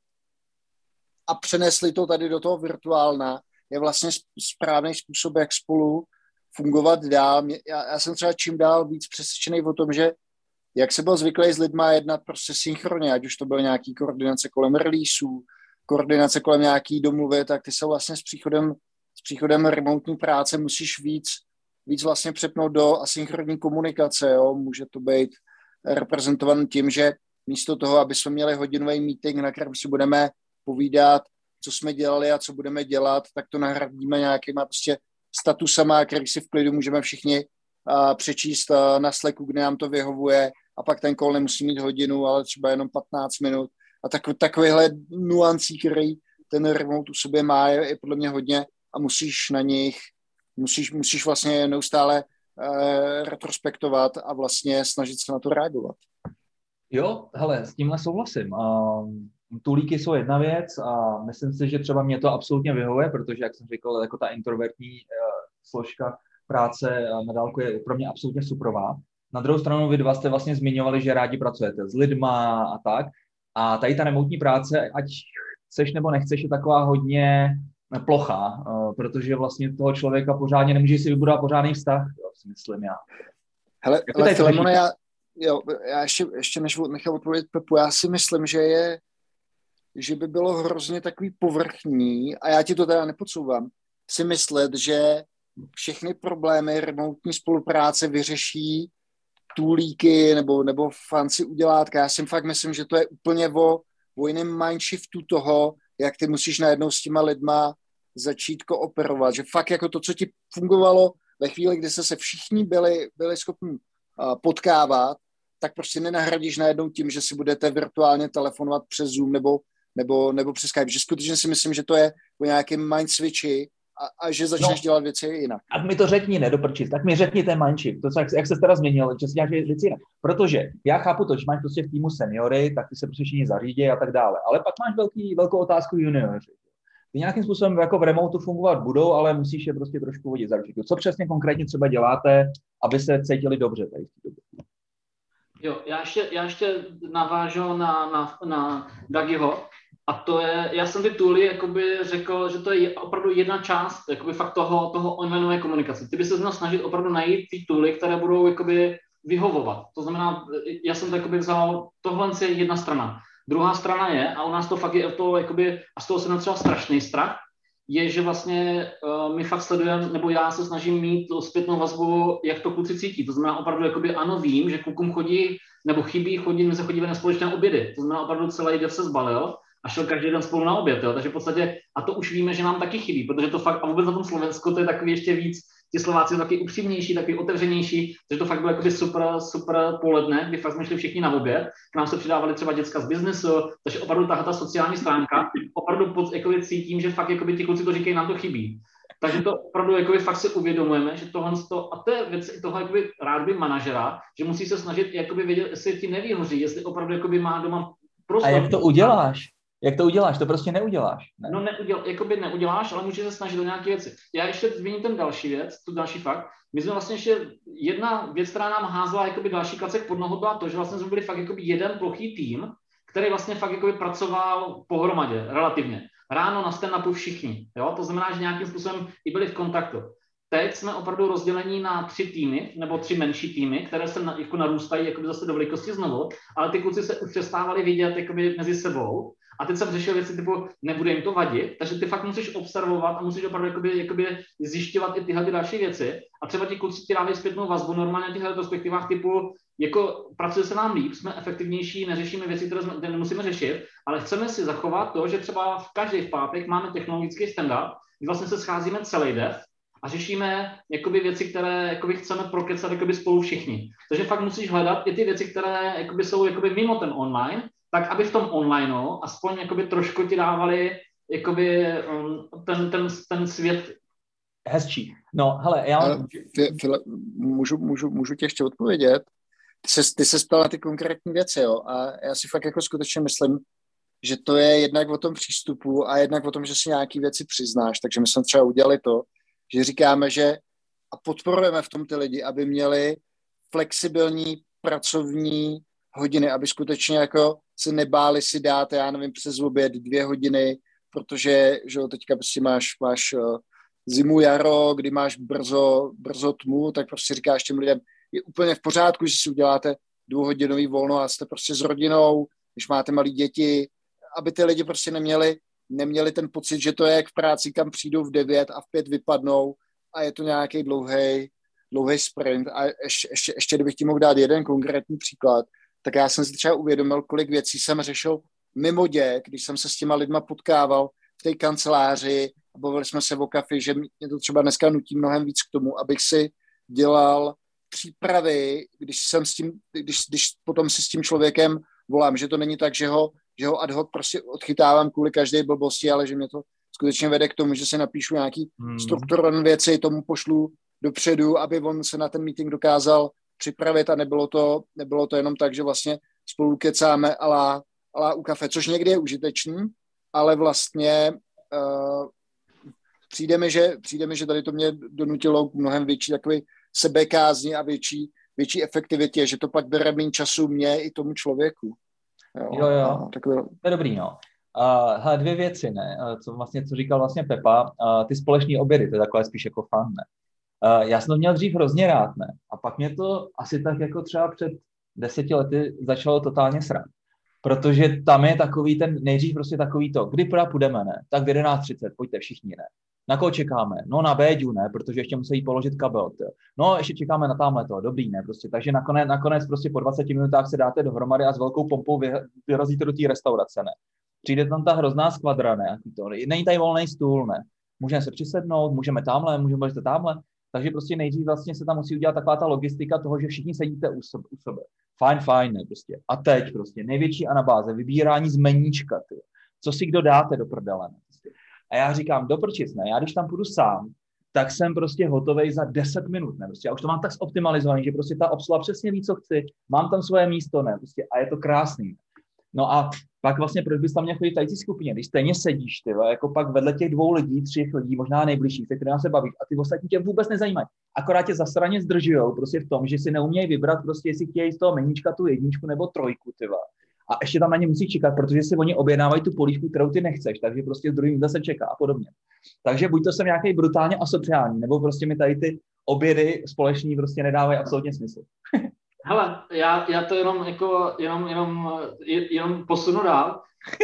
a přenesli to tady do toho virtuálna, je vlastně správný způsob, jak spolu fungovat dál. Já, já jsem třeba čím dál víc přesvědčený o tom, že jak se byl zvyklý s lidma jednat prostě synchronně, ať už to byl nějaký koordinace kolem releaseů, koordinace kolem nějaký domluvy, tak ty se vlastně s příchodem, s příchodem remotní práce musíš víc, víc vlastně přepnout do asynchronní komunikace. Jo? Může to být reprezentovan tím, že místo toho, aby jsme měli hodinový meeting, na kterém si budeme povídat, co jsme dělali a co budeme dělat, tak to nahradíme nějakýma prostě statusama, který si v klidu můžeme všichni uh, přečíst uh, na Slacku, kde nám to vyhovuje a pak ten call nemusí mít hodinu, ale třeba jenom patnáct minut. A tak, takovýhle nuancí, který ten remote u sobě má, je, je podle mě hodně a musíš na nich, musíš, musíš vlastně neustále uh, retrospektovat a vlastně snažit se na to reagovat. Jo, hele, s tímhle souhlasím. Um... Tulíky jsou jedna věc a myslím si, že třeba mě to absolutně vyhovuje, protože, jak jsem říkal, jako ta introvertní uh, složka práce uh, na dálku je pro mě absolutně suprová. Na druhou stranu vy dva jste vlastně zmiňovali, že rádi pracujete s lidma a tak. A tady ta remotní práce, ať chceš nebo nechceš, je taková hodně plochá, uh, protože vlastně toho člověka pořádně nemůže si vybudovat pořádný vztah, jo, si myslím já. Hele, hele Filemone, já, jo, já ještě, ještě než nechám odpovědět Pepu, já si myslím, že je že by bylo hrozně takový povrchní, a já ti to teda nepodsouvám, si myslet, že všechny problémy remotní spolupráce vyřeší toolíky nebo, nebo fancy udělátka. Já si fakt myslím, že to je úplně o, o jiném mindshiftu toho, jak ty musíš najednou s těma lidma začít kooperovat, že fakt jako to, co ti fungovalo ve chvíli, kdy se se všichni byli, byli schopni uh, potkávat, tak prostě nenahradíš najednou tím, že si budete virtuálně telefonovat přes Zoom nebo, nebo, nebo přes Skype. Že skutečně si myslím, že to je o nějakém mind switchi a, a že začneš no, dělat věci jinak. Tak mi to řekni, ne, doprčit, tak mi řekni ten mind shift, to, jak, jak se teda změnil, že si děláš věci jinak. Protože já chápu to, že máš prostě v týmu seniory, tak ty se prostě všichni zařídí a tak dále. Ale pak máš velký, velkou otázku junioři. Ty nějakým způsobem jako v remotu fungovat budou, ale musíš je prostě trošku vodit za ručičku. Co přesně konkrétně třeba děláte, aby se cítili dobře tady v té době? Jo, já ještě, já ještě navážu na, na, na Dagiho. A to je, já jsem ty tooly jakoby řekl, že to je opravdu jedna část jakoby fakt toho, toho onlineové komunikace. Ty by se měl snažit opravdu najít ty tooly, které budou jakoby vyhovovat. To znamená, já jsem to jakoby vzal, tohle je jedna strana. Druhá strana je, a u nás to fakt je to jakoby, a z toho jsem třeba strašný strach, je, že vlastně uh, my fakt sledujeme, nebo já se snažím mít zpětnou vazbu, jak to kluci cítí. To znamená opravdu, jakoby ano, vím, že klukům chodí, nebo chybí chodí, my se chodíme na společné obědy. To znamená opravdu celý den se zbalil a šel každý den spolu na oběd. Jo? Takže v podstatě, a to už víme, že nám taky chybí, protože to fakt, a vůbec na tom Slovensku to je takový ještě víc, ti Slováci jsou taky upřímnější, taky otevřenější, takže to fakt bylo jakoby super, super poledne, kdy fakt jsme šli všichni na oběd, k nám se přidávali třeba děcka z biznesu, takže opravdu tahle ta sociální stránka, opravdu pod, jakoby cítím, že fakt jakoby ti kluci to říkají, nám to chybí. Takže to opravdu jakoby fakt si uvědomujeme, že tohle, to, a to je věc i toho jakoby rád by manažera, že musí se snažit jakoby vědět, jestli ti nevyhoří, jestli opravdu jakoby má doma prostor. A jak to uděláš? Jak to uděláš? To prostě neuděláš. Ne? No neuděl, jakoby neuděláš, ale můžeš se snažit o nějaké věci. Já ještě zmíním ten další věc, tu další fakt. My jsme vlastně ještě, jedna věc, která nám házela jakoby další klacek pod nohu, byla to, že vlastně jsme byli fakt jakoby jeden plochý tým, který vlastně fakt jakoby pracoval pohromadě, relativně. Ráno na stand-upu všichni, jo? To znamená, že nějakým způsobem i byli v kontaktu. Teď jsme opravdu rozdělení na tři týmy, nebo tři menší týmy, které se na, jako narůstají jakoby zase do velikosti znovu, ale ty kluci se už přestávali vidět jakoby mezi sebou. A teď jsem řešil věci typu, nebude jim to vadit, takže ty fakt musíš observovat a musíš opravdu jakoby, jakoby zjišťovat i tyhle ty další věci. A třeba ti kluci ti dávají zpětnou vazbu normálně na těchto perspektivách typu, jako pracuje se nám líp, jsme efektivnější, neřešíme věci, které jsme, nemusíme řešit, ale chceme si zachovat to, že třeba v každý v pátek máme technologický stand-up, kdy vlastně se scházíme celý dev a řešíme jakoby věci, které jakoby chceme prokecat jakoby spolu všichni. Takže fakt musíš hledat i ty věci, které jakoby jsou jakoby mimo ten online, tak aby v tom onlineu aspoň jakoby trošku ti dávali jakoby um, ten, ten, ten svět. Hezčí. No, hele, já... Ale, File, můžu, můžu, můžu tě ještě odpovědět? Ty se, ty se ptal na ty konkrétní věci, jo? A já si fakt jako skutečně myslím, že to je jednak o tom přístupu a jednak o tom, že si nějaký věci přiznáš. Takže my jsme třeba udělali to, že říkáme, že a podporujeme v tom ty lidi, aby měli flexibilní pracovní hodiny, aby skutečně jako se nebáli si dát, já nevím, přes oběd dvě hodiny, protože že jo, teďka prostě máš, máš uh, zimu, jaro, kdy máš brzo, brzo tmu, tak prostě říkáš těm lidem, je úplně v pořádku, že si uděláte dvouhodinový volno a jste prostě s rodinou, když máte malé děti, aby ty lidi prostě neměli, neměli ten pocit, že to je jak v práci, kam přijdou v devět a v pět vypadnou a je to nějaký dlouhý dlouhý sprint. A ještě, ještě, ještě kdybych ti mohl dát jeden konkrétní příklad, tak já jsem si třeba uvědomil, kolik věcí jsem řešil mimo děk, když jsem se s těma lidma potkával v té kanceláři a bavili jsme se o kafi, že mě to třeba dneska nutí mnohem víc k tomu, abych si dělal přípravy, když jsem s tím, když, když potom si s tím člověkem volám, že to není tak, že ho, že ho ad hoc prostě odchytávám kvůli každé blbosti, ale že mě to skutečně vede k tomu, že si napíšu nějaký hmm. strukturované věci, tomu pošlu dopředu, aby on se na ten meeting dokázal připravit a nebylo to, nebylo to jenom tak, že vlastně spolu kecáme alá, alá u kafe, což někdy je užitečný, ale vlastně uh, přijde mi, že, přijde mi, že tady to mě donutilo k mnohem větší takový sebekázni a větší, větší efektivitě, že to pak bere méně času mě i tomu člověku. Jo, jo, jo. Takový... to je dobrý, no. Uh, hele, dvě věci, ne, uh, co vlastně, co říkal vlastně Pepa, uh, ty společné obědy, to je takové spíš jako fun, ne. Uh, já jsem to měl dřív hrozně rád, ne, a pak mě to asi tak jako třeba před deseti lety začalo totálně srát, protože tam je takový ten, nejdřív prostě takový to, kdy teda půjdeme, ne, tak v jedenáct třicet, pojďte všichni, ne. Na koho čekáme? No na Béďu, ne, protože ještě musí položit kabel. Tě. No ještě čekáme na tamhle to, dobrý, ne, prostě. Takže nakonec, nakonec prostě po dvaceti minutách se dáte dohromady a s velkou pompou vyrazíte do té restaurace, ne. Přijde tam ta hrozná skvadra, ne? To, není tady volný stůl, ne? Můžeme se přisednout, můžeme tamhle, můžeme být tamhle. Takže prostě nejdřív vlastně se tam musí udělat taková ta logistika toho, že všichni sedíte u sebe. U sebe. Fajn, fajn, ne, prostě. A teď prostě největší anabáze, vybírání z meníčka, ty. Co si kdo dáte do prdele, ne? Prostě. A já říkám, do prčic, ne? Já když tam půjdu sám, tak jsem prostě hotovej za deset minut, ne? Prostě já už to mám tak zoptimalizovaný, že prostě ta obsluha přesně ví, co chci, mám tam svoje místo, ne? Prostě a je to krásný. No a pak vlastně proč bys tam měl chodit v té skupině, když stejně sedíš, ty, jako pak vedle těch dvou lidí, třech lidí, možná nejbližších, se kterými se bavíš a ty ostatní tě vůbec nezajímají. Akorát tě zasraně zdržujou prostě v tom, že si neumějí vybrat prostě, jestli chtějí z toho meníčka tu jedničku nebo trojku, ty. A ještě tam na ně musí čekat, protože si oni objednávají tu polívku, kterou ty nechceš, takže prostě z druhým zase čeká a podobně. Takže buď to jsem nějaký brutálně asociální, nebo prostě mi tady ty obědy společní prostě nedávají absolutně smysl. Hele, já, já to jenom, jako, jenom, jenom, jenom posunu dál.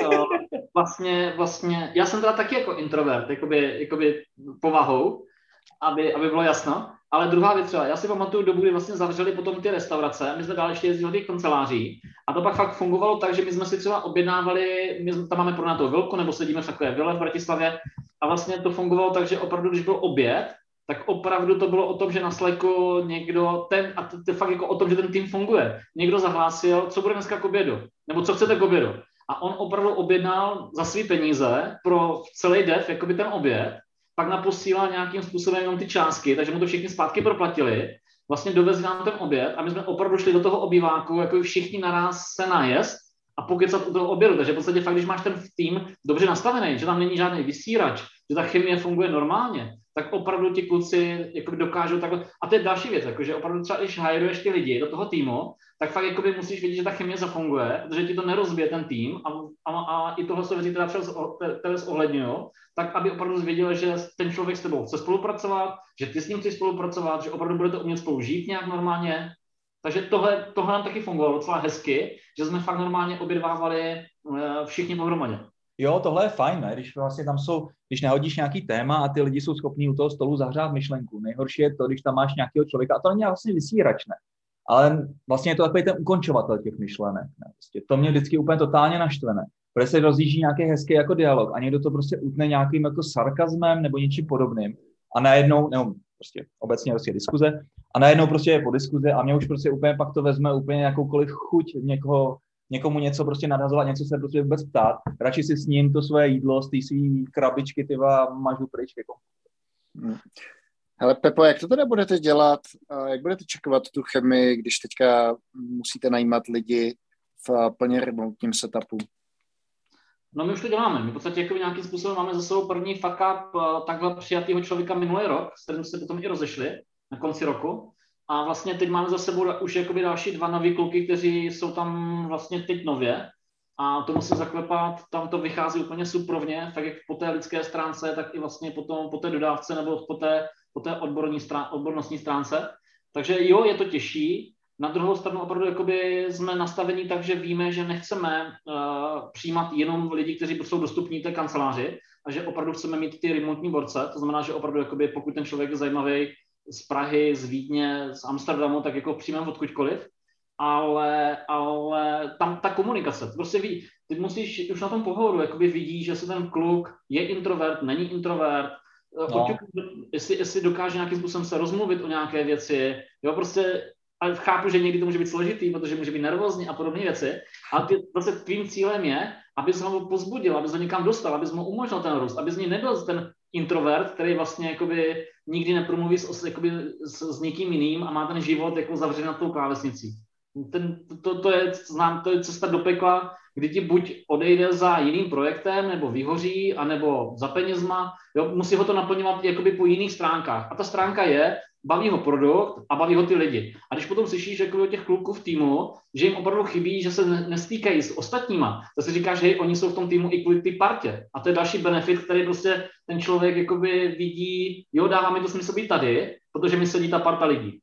Vlastně, vlastně, já jsem teda taky jako introvert, jakoby, jakoby povahou, aby, aby bylo jasno. Ale druhá věc třeba, já si pamatuju dobu, kdy vlastně zavřeli potom ty restaurace, my jsme dál ještě jezdili do těch kanceláří a to pak fakt fungovalo tak, že my jsme si třeba objednávali, my tam máme pronatou vilku nebo sedíme v takové vile v Bratislavě a vlastně to fungovalo tak, že opravdu, když byl oběd, tak opravdu to bylo o tom, že na Slacku někdo, ten, a to je fakt jako o tom, že ten tým funguje, někdo zahlásil, co bude dneska k obědu, nebo co chcete k obědu. A on opravdu objednal za svý peníze pro celý dev, jakoby ten oběd, pak naposílal nějakým způsobem jenom ty částky, takže mu to všichni zpátky proplatili, vlastně dovezli nám ten oběd a my jsme opravdu šli do toho obýváku, jako všichni naraz se najest a pokecat u toho obědu. Takže v podstatě fakt, když máš ten tým dobře nastavený, že tam není žádný vysírač, že ta chemie funguje normálně, tak opravdu ti kluci jakoby dokážou takhle. A to je další věc, jako, že opravdu třeba, když hajruješ ty lidi do toho týmu, tak fakt jakoby musíš vědět, že ta chemie zafunguje, protože ti to nerozbije ten tým a, a, a i tohle jsou věci, které které zohledňují, tak aby opravdu věděl, že ten člověk s tebou chce spolupracovat, že ty s ním chceš spolupracovat, že opravdu budete umět spolu žít nějak normálně. Takže tohle, tohle nám taky fungovalo docela hezky, že jsme fakt normálně obědvávali všichni pohromadě. Jo, tohle je fajn, ne? Když vlastně tam jsou, když nehodíš nějaký téma a ty lidi jsou schopní u toho stolu zahřát myšlenku. Nejhorší je to, když tam máš nějakého člověka, a to není vlastně vysírač, ne? Ale vlastně je to takový ten ukončovatel těch myšlenek. Ne? Prostě to mě vždycky úplně totálně naštve, ne? Protože se rozjíždí nějaký hezký jako dialog a někdo to prostě utne nějakým jako sarkazmem nebo něčím podobným a najednou, nebo prostě obecně prostě diskuze a najednou prostě je po diskuze a mě už prostě úplně pak to vezme úplně jakoukoliv chuť někoho, někomu něco prostě nadhazovat, něco se prostě vůbec ptát. Radši si s ním to svoje jídlo z té svý krabičky tyva mažu pryč. Jako. Hmm. Hele Pepo, jak to teda budete dělat? Jak budete čekovat tu chemii, když teďka musíte najímat lidi v plně remontním setupu? No my už to děláme. My v podstatě jako nějakým způsobem máme za sebou první fuck up takhle přijatýho člověka minulý rok, s kterým se potom i rozešli na konci roku. A vlastně teď máme za sebou už jakoby další dva nový kluky, kteří jsou tam vlastně teď nově. A to musím zaklepat, tam to vychází úplně suprovně, tak jak po té lidské stránce, tak i vlastně potom po té dodávce nebo po té, po té odborní strán, odbornostní stránce. Takže jo, je to těžší. Na druhou stranu opravdu jakoby jsme nastavení tak, že víme, že nechceme uh, přijímat jenom lidi, kteří jsou dostupní té kanceláři a že opravdu chceme mít ty remontní borce. To znamená, že opravdu jakoby, pokud ten člověk je zajímavý z Prahy, z Vídně, z Amsterdamu, tak jako přijmeme odkudkoliv. Ale, ale tam ta komunikace, prostě ví, ty musíš už na tom pohovoru, jakoby vidí, že se ten kluk je introvert, není introvert, no. jestli, jestli dokáže nějakým způsobem se rozmluvit o nějaké věci, jo, prostě, ale chápu, že někdy to může být složitý, protože může být nervózní a podobné věci, ale ty, prostě tvým cílem je, aby se ho pozbudil, aby se ho někam dostal, aby mu umožnil ten růst, aby z něj nebyl ten introvert, který vlastně jakoby nikdy nepromluví s, jakoby, s, s někým jiným a má ten život jako zavřený nad tou klávesnicí. Ten, to, to, je, znám, to je cesta do pekla, kdy ti buď odejde za jiným projektem, nebo vyhoří, anebo za penězma. Jo, musí ho to naplňovat jakoby po jiných stránkách. A ta stránka je, baví ho produkt a baví ho ty lidi. A když potom slyšíš jakoby od těch kluků v týmu, že jim opravdu chybí, že se nestýkají s ostatníma, tak si říkáš, že hej, oni jsou v tom týmu i kvůli ty partě. A to je další benefit, který prostě ten člověk jakoby vidí, jo, dává mi to smysl být tady, protože mi sedí ta parta lidí.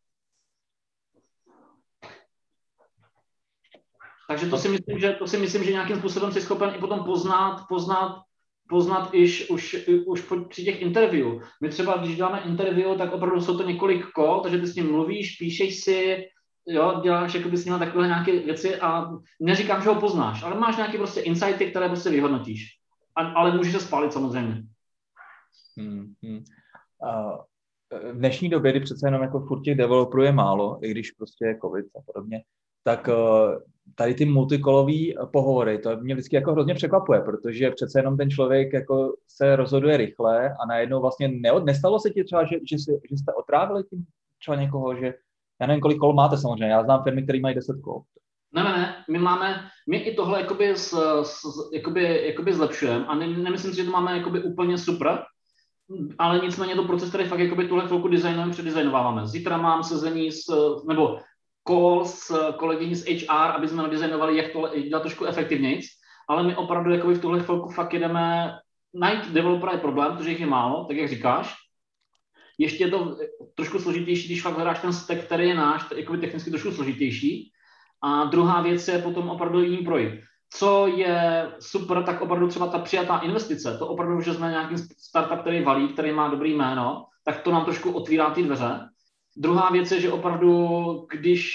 Takže to si myslím, že, to si myslím, že nějakým způsobem jsi schopen i potom poznat, poznat, poznat iž, už, už při těch interview. My třeba, když děláme interview, tak opravdu jsou to několik kol, takže ty s ním mluvíš, píšeš si, jo, děláš jakoby s nimi takové nějaké věci a neříkám, že ho poznáš, ale máš nějaké prostě insighty, které prostě vyhodnotíš. A, ale můžeš se spálit samozřejmě. Hmm, hmm. Uh, v dnešní době, kdy přece jenom jako furt těch developerů je málo, i když prostě je covid a podobně, tak uh, tady ty multikolový pohovory, to mě vždycky jako hrozně překvapuje, protože přece jenom ten člověk jako se rozhoduje rychle a najednou vlastně neod, nestalo se ti třeba, že, že, si, že jste otrávili tím třeba někoho, že já nevím, kolik kol máte samozřejmě, já znám firmy, které mají deset kol. Ne, ne, ne, my máme, my i tohle jakoby, s, s, jakoby, jakoby zlepšujeme a ne, nemyslím si, že to máme jakoby úplně super, ale nicméně to proces, který fakt jakoby tuhle chvilku designujeme, předdesignováváme. Zítra mám sezení s, nebo call s kolegyní z H R, aby jsme nadizajnovali, jak to dělat trošku efektivnějc, ale my opravdu jakoby v tuhle chvilku fakt jedeme, najít developera je problém, protože jich je málo, tak jak říkáš. Ještě je to trošku složitější, když fakt hledáš ten stack, který je náš, jakoby technicky trošku složitější. A druhá věc je potom opravdu jim projít. Co je super, tak opravdu třeba ta přijatá investice, to opravdu, že jsme nějaký startup, který valí, který má dobrý jméno, tak to nám trošku otvírá ty dveře. Druhá věc je, že opravdu, když,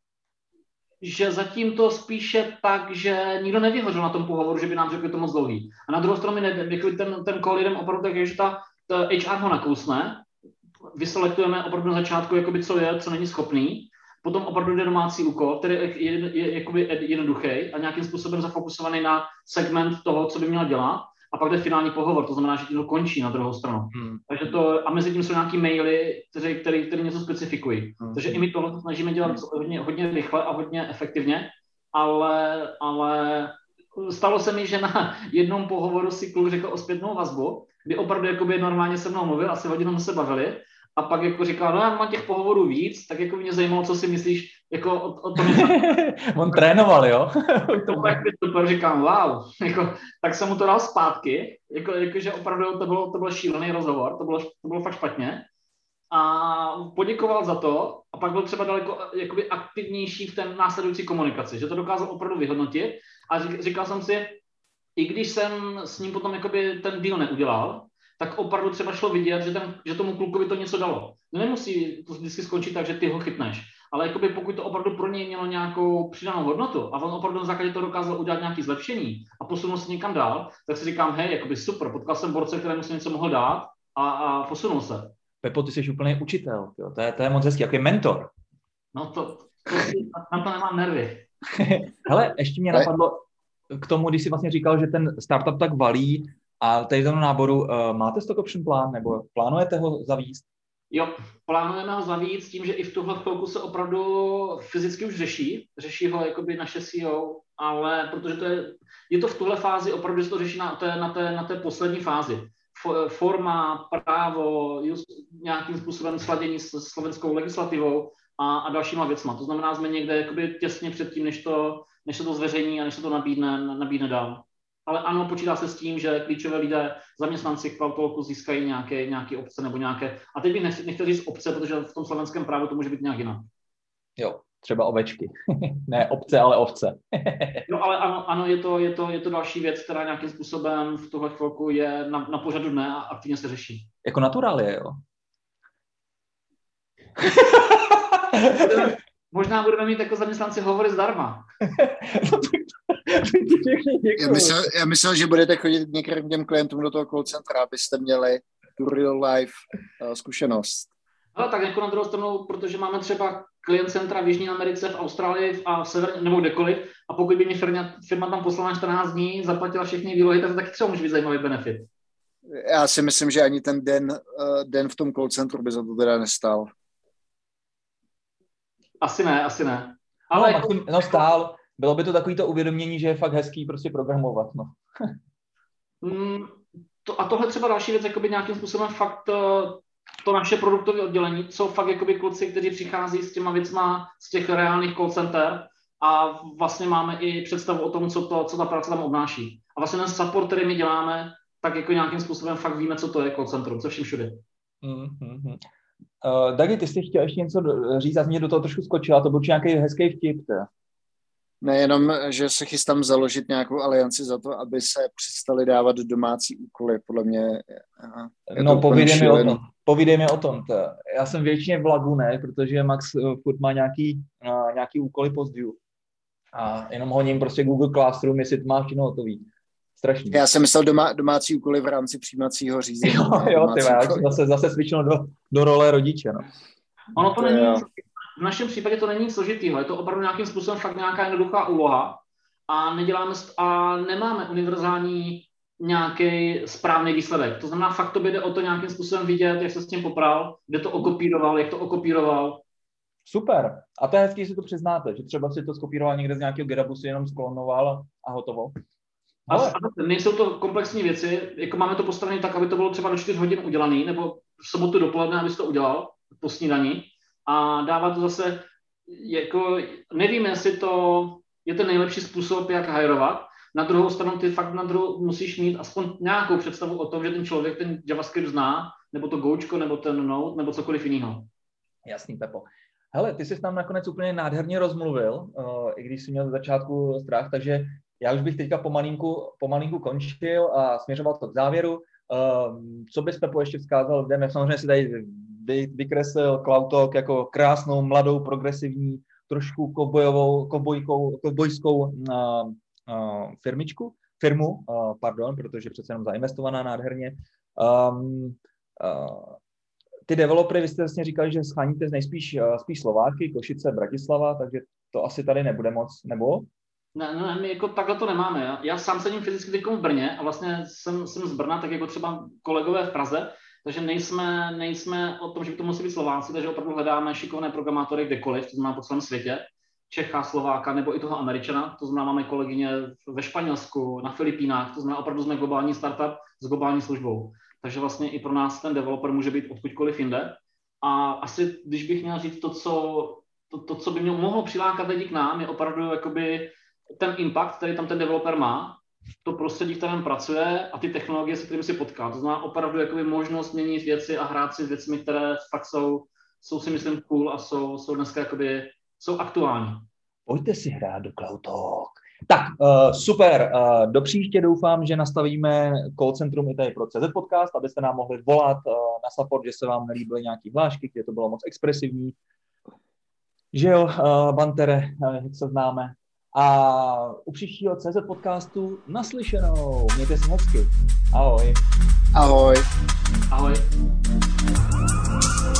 že zatím to spíše tak, že nikdo nevyhořel na tom pohovoru, že by nám řekl, že to moc dlouhý. A na druhou stranu mi ne, ten, ten call jdem opravdu tak, že ta, ta H R ho nakousne, vyselektujeme opravdu na začátku, jakoby, co je, co není schopný, potom opravdu jde domácí úkol, který je, je, je jakoby jednoduchý a nějakým způsobem zafokusovaný na segment toho, co by měl dělat, a pak jde finální pohovor, to znamená, že tím to končí na druhou stranu. Hmm. Takže to, a mezi tím jsou nějaký maily, které, které, které něco specifikují. Hmm. Takže i my tohle snažíme dělat hodně, hodně rychle a hodně efektivně, ale, ale stalo se mi, že na jednom pohovoru si kluk řekl o zpětnou vazbu, kdy opravdu jakoby normálně se mnou mluvil, asi hodinu jsme se bavili, a pak jako říkal, no já mám těch pohovorů víc, tak jako mě zajímalo, co si myslíš jako o, o tom. On trénoval, jo? To pak super, říkám, wow, jako, tak jsem mu to dal zpátky, jako, jako že opravdu to bylo, to byl šílený rozhovor, to bylo, to bylo fakt špatně. A poděkoval za to a pak byl třeba daleko jakoby aktivnější v té následující komunikaci, že to dokázal opravdu vyhodnotit a říkal jsem si, i když jsem s ním potom jakoby ten deal neudělal, tak opravdu třeba šlo vidět, že, ten, že tomu klukovi to něco dalo. No nemusí to vždycky skončit tak, že ty ho chytneš, ale jakoby pokud to opravdu pro něj mělo nějakou přidanou hodnotu a on opravdu na základě toho dokázal udělat nějaké zlepšení a posunul se někam dál, tak si říkám, hej, jakoby super, potkal jsem borce, kterému jsem něco mohl dát a, a posunul se. Pepo, ty jsi úplný učitel, jo? To, je, to je moc hezký, jaký mentor. No to, to si, na to nemám nervy. Hele, ještě mě napadlo k tomu, když jsi vlastně říkal, že ten startup tak valí, a tady v tom náboru uh, máte stock option plán, nebo plánujete ho zavíst? Jo, plánujeme ho zavíst tím, že i v tuhle chvilku se opravdu fyzicky už řeší. Řeší ho jakoby naše C E O, ale protože to je, je to v tuhle fázi, opravdu se to řeší na té, na té, na té poslední fázi. Forma, právo, just, nějakým způsobem sladění s slovenskou legislativou a, a dalšíma věcma. To znamená, jsme někde jakoby těsně před tím, než, to, než se to zveřejní a než se to nabídne, nabídne dál. Ale ano, počítá se s tím, že klíčové lidé, zaměstnanci Cloudtalku získají nějaké, nějaké obce nebo nějaké... A teď bych nechtěl, nechtěl říct obce, protože v tom slovenském právu to může být nějak jinak. Jo, třeba ovečky. Ne obce, ale ovce. No ale ano, ano je, to, je, to, je to další věc, která nějakým způsobem v tuhle chvilku je na, na pořadu dne a aktivně se řeší. Jako naturálie, jo? Možná budeme mít jako zaměstnanci hovory zdarma. Já myslel, já myslel, že budete chodit některým těm klientům do toho call centra, abyste měli tu real life uh, zkušenost. No, tak jako na druhou stranu, protože máme třeba klient centra v Jižní Americe, v Austrálii a v severní, nebo kdekoliv, a pokud by mě firma, firma tam poslala čtrnáct dní, zaplatila všechny výlohy, tak to taky třeba může být zajímavý benefit. Já si myslím, že ani ten den, uh, den v tom call centru by za to teda nestal. Asi ne, asi ne. Ale no, jako, no stál. Bylo by to takovýto uvědomění, že je fakt hezký prostě programovat, no. mm, to, a tohle třeba další věc, jakoby nějakým způsobem fakt to naše produktové oddělení, co fakt jakoby kluci, kteří přichází s těma věcma z těch reálných call center a vlastně máme i představu o tom, co, to, co ta práce tam obnáší. A vlastně ten support, který my děláme, tak jako nějakým způsobem fakt víme, co to je call centrum, co vším všude. Mm-hmm. Uh, Dagi, ty jsi chtěl ještě něco říct a mě do toho trošku skočila, to byl nějaký hezký vtip. Teda. Nejenom, že se chystám založit nějakou alianci za to, aby se přestali dávat domácí úkoly, podle mě. No, povídej mi o tom. Povídej mi o tom. To. Já jsem většině v Lagune, protože Max furt má nějaký, uh, nějaký úkoly pozdě. A jenom honím prostě Google Classroom, jestli to má všechno hotový. Strašný. Já jsem myslel doma, domácí úkoly v rámci přijímacího řízení. Jo, jo, ty já zase, zase svičil do, do role rodiče. No. Ono to, to není, jo. V našem případě to není nic složitýho, je to opravdu nějakým způsobem fakt nějaká jednoduchá úloha a neděláme a nemáme univerzální nějaký správný výsledek. To znamená, fakt to jde o to nějakým způsobem vidět, jak se s tím popral, kde to okopíroval, jak to okopíroval. Super. A to je hezký, že si to přiznáte, že třeba si to skopíroval někde z nějakého GitHubu, si jenom sklonoval a hotovo. A, a nejsou to komplexní věci, jako máme to postavené tak, aby to bylo třeba do čtyř hodin udělaný, nebo v sobotu dopoledne, abys to udělal po snídani. A dává to zase, jako nevím, jestli to je ten nejlepší způsob, jak hajrovat. Na druhou stranu ty fakt na druhou musíš mít aspoň nějakou představu o tom, že ten člověk ten JavaScript zná, nebo to Gočko, nebo ten Node, nebo cokoliv jiného. Jasný, Pepo. Hele, ty jsi tam nakonec úplně nádherně rozmluvil, uh, i když jsi měl z začátku strach, takže já už bych teďka pomalinku, pomalinku končil a směřoval to k závěru. Uh, co bys, Pepo, ještě vzkázal lidem? Já samozřejmě si tady vy, vykreslil CloudTalk jako krásnou, mladou, progresivní, trošku kobojovou, kobojkou, kobojskou uh, uh, firmičku, firmu, uh, pardon, protože přece jenom zainvestovaná nádherně. Um, uh, ty developery, vy jste vlastně říkali, že scháníte nejspíš uh, spíš Slováky, Košice, Bratislava, takže to asi tady nebude moc, nebo? Ne, ne, my jako takhle to nemáme. Já, já sám sedím fyzicky teď v Brně a vlastně jsem, jsem z Brna, tak jako třeba kolegové v Praze, takže nejsme, nejsme o tom, že by to musí být Slováci, takže opravdu hledáme šikovné programátory kdekoliv, to znamená po celém světě, Čecha, Slováka nebo i toho Američana, to znamená máme kolegyně ve Španělsku, na Filipínách, to znamená opravdu jsme globální startup s globální službou. Takže vlastně i pro nás ten developer může být odkudkoliv jinde. A asi, když bych měl říct to, co, to, to, co by mě mohlo přilákat lidi k nám, je opravdu jakoby ten impact, který tam ten developer má, to prostředí, v kterém pracuje a ty technologie, se kterými si potká. To znamená opravdu jakoby možnost měnit věci a hrát si s věcmi, které fakt jsou, jsou si myslím cool a jsou, jsou dneska jakoby, jsou aktuální. Pojďte si hrát do CloudTalk. Tak, uh, super. Uh, do příště doufám, že nastavíme call centrum i tady pro C Z podcast, abyste nám mohli volat uh, na support, že se vám nelíbily nějaký hlášky, kde to bylo moc expresivní. Že jo, uh, Bantere, uh, jak se známe. A u příštího C Z podcastu naslyšenou. Mějte se hezky. Ahoj. Ahoj. Ahoj.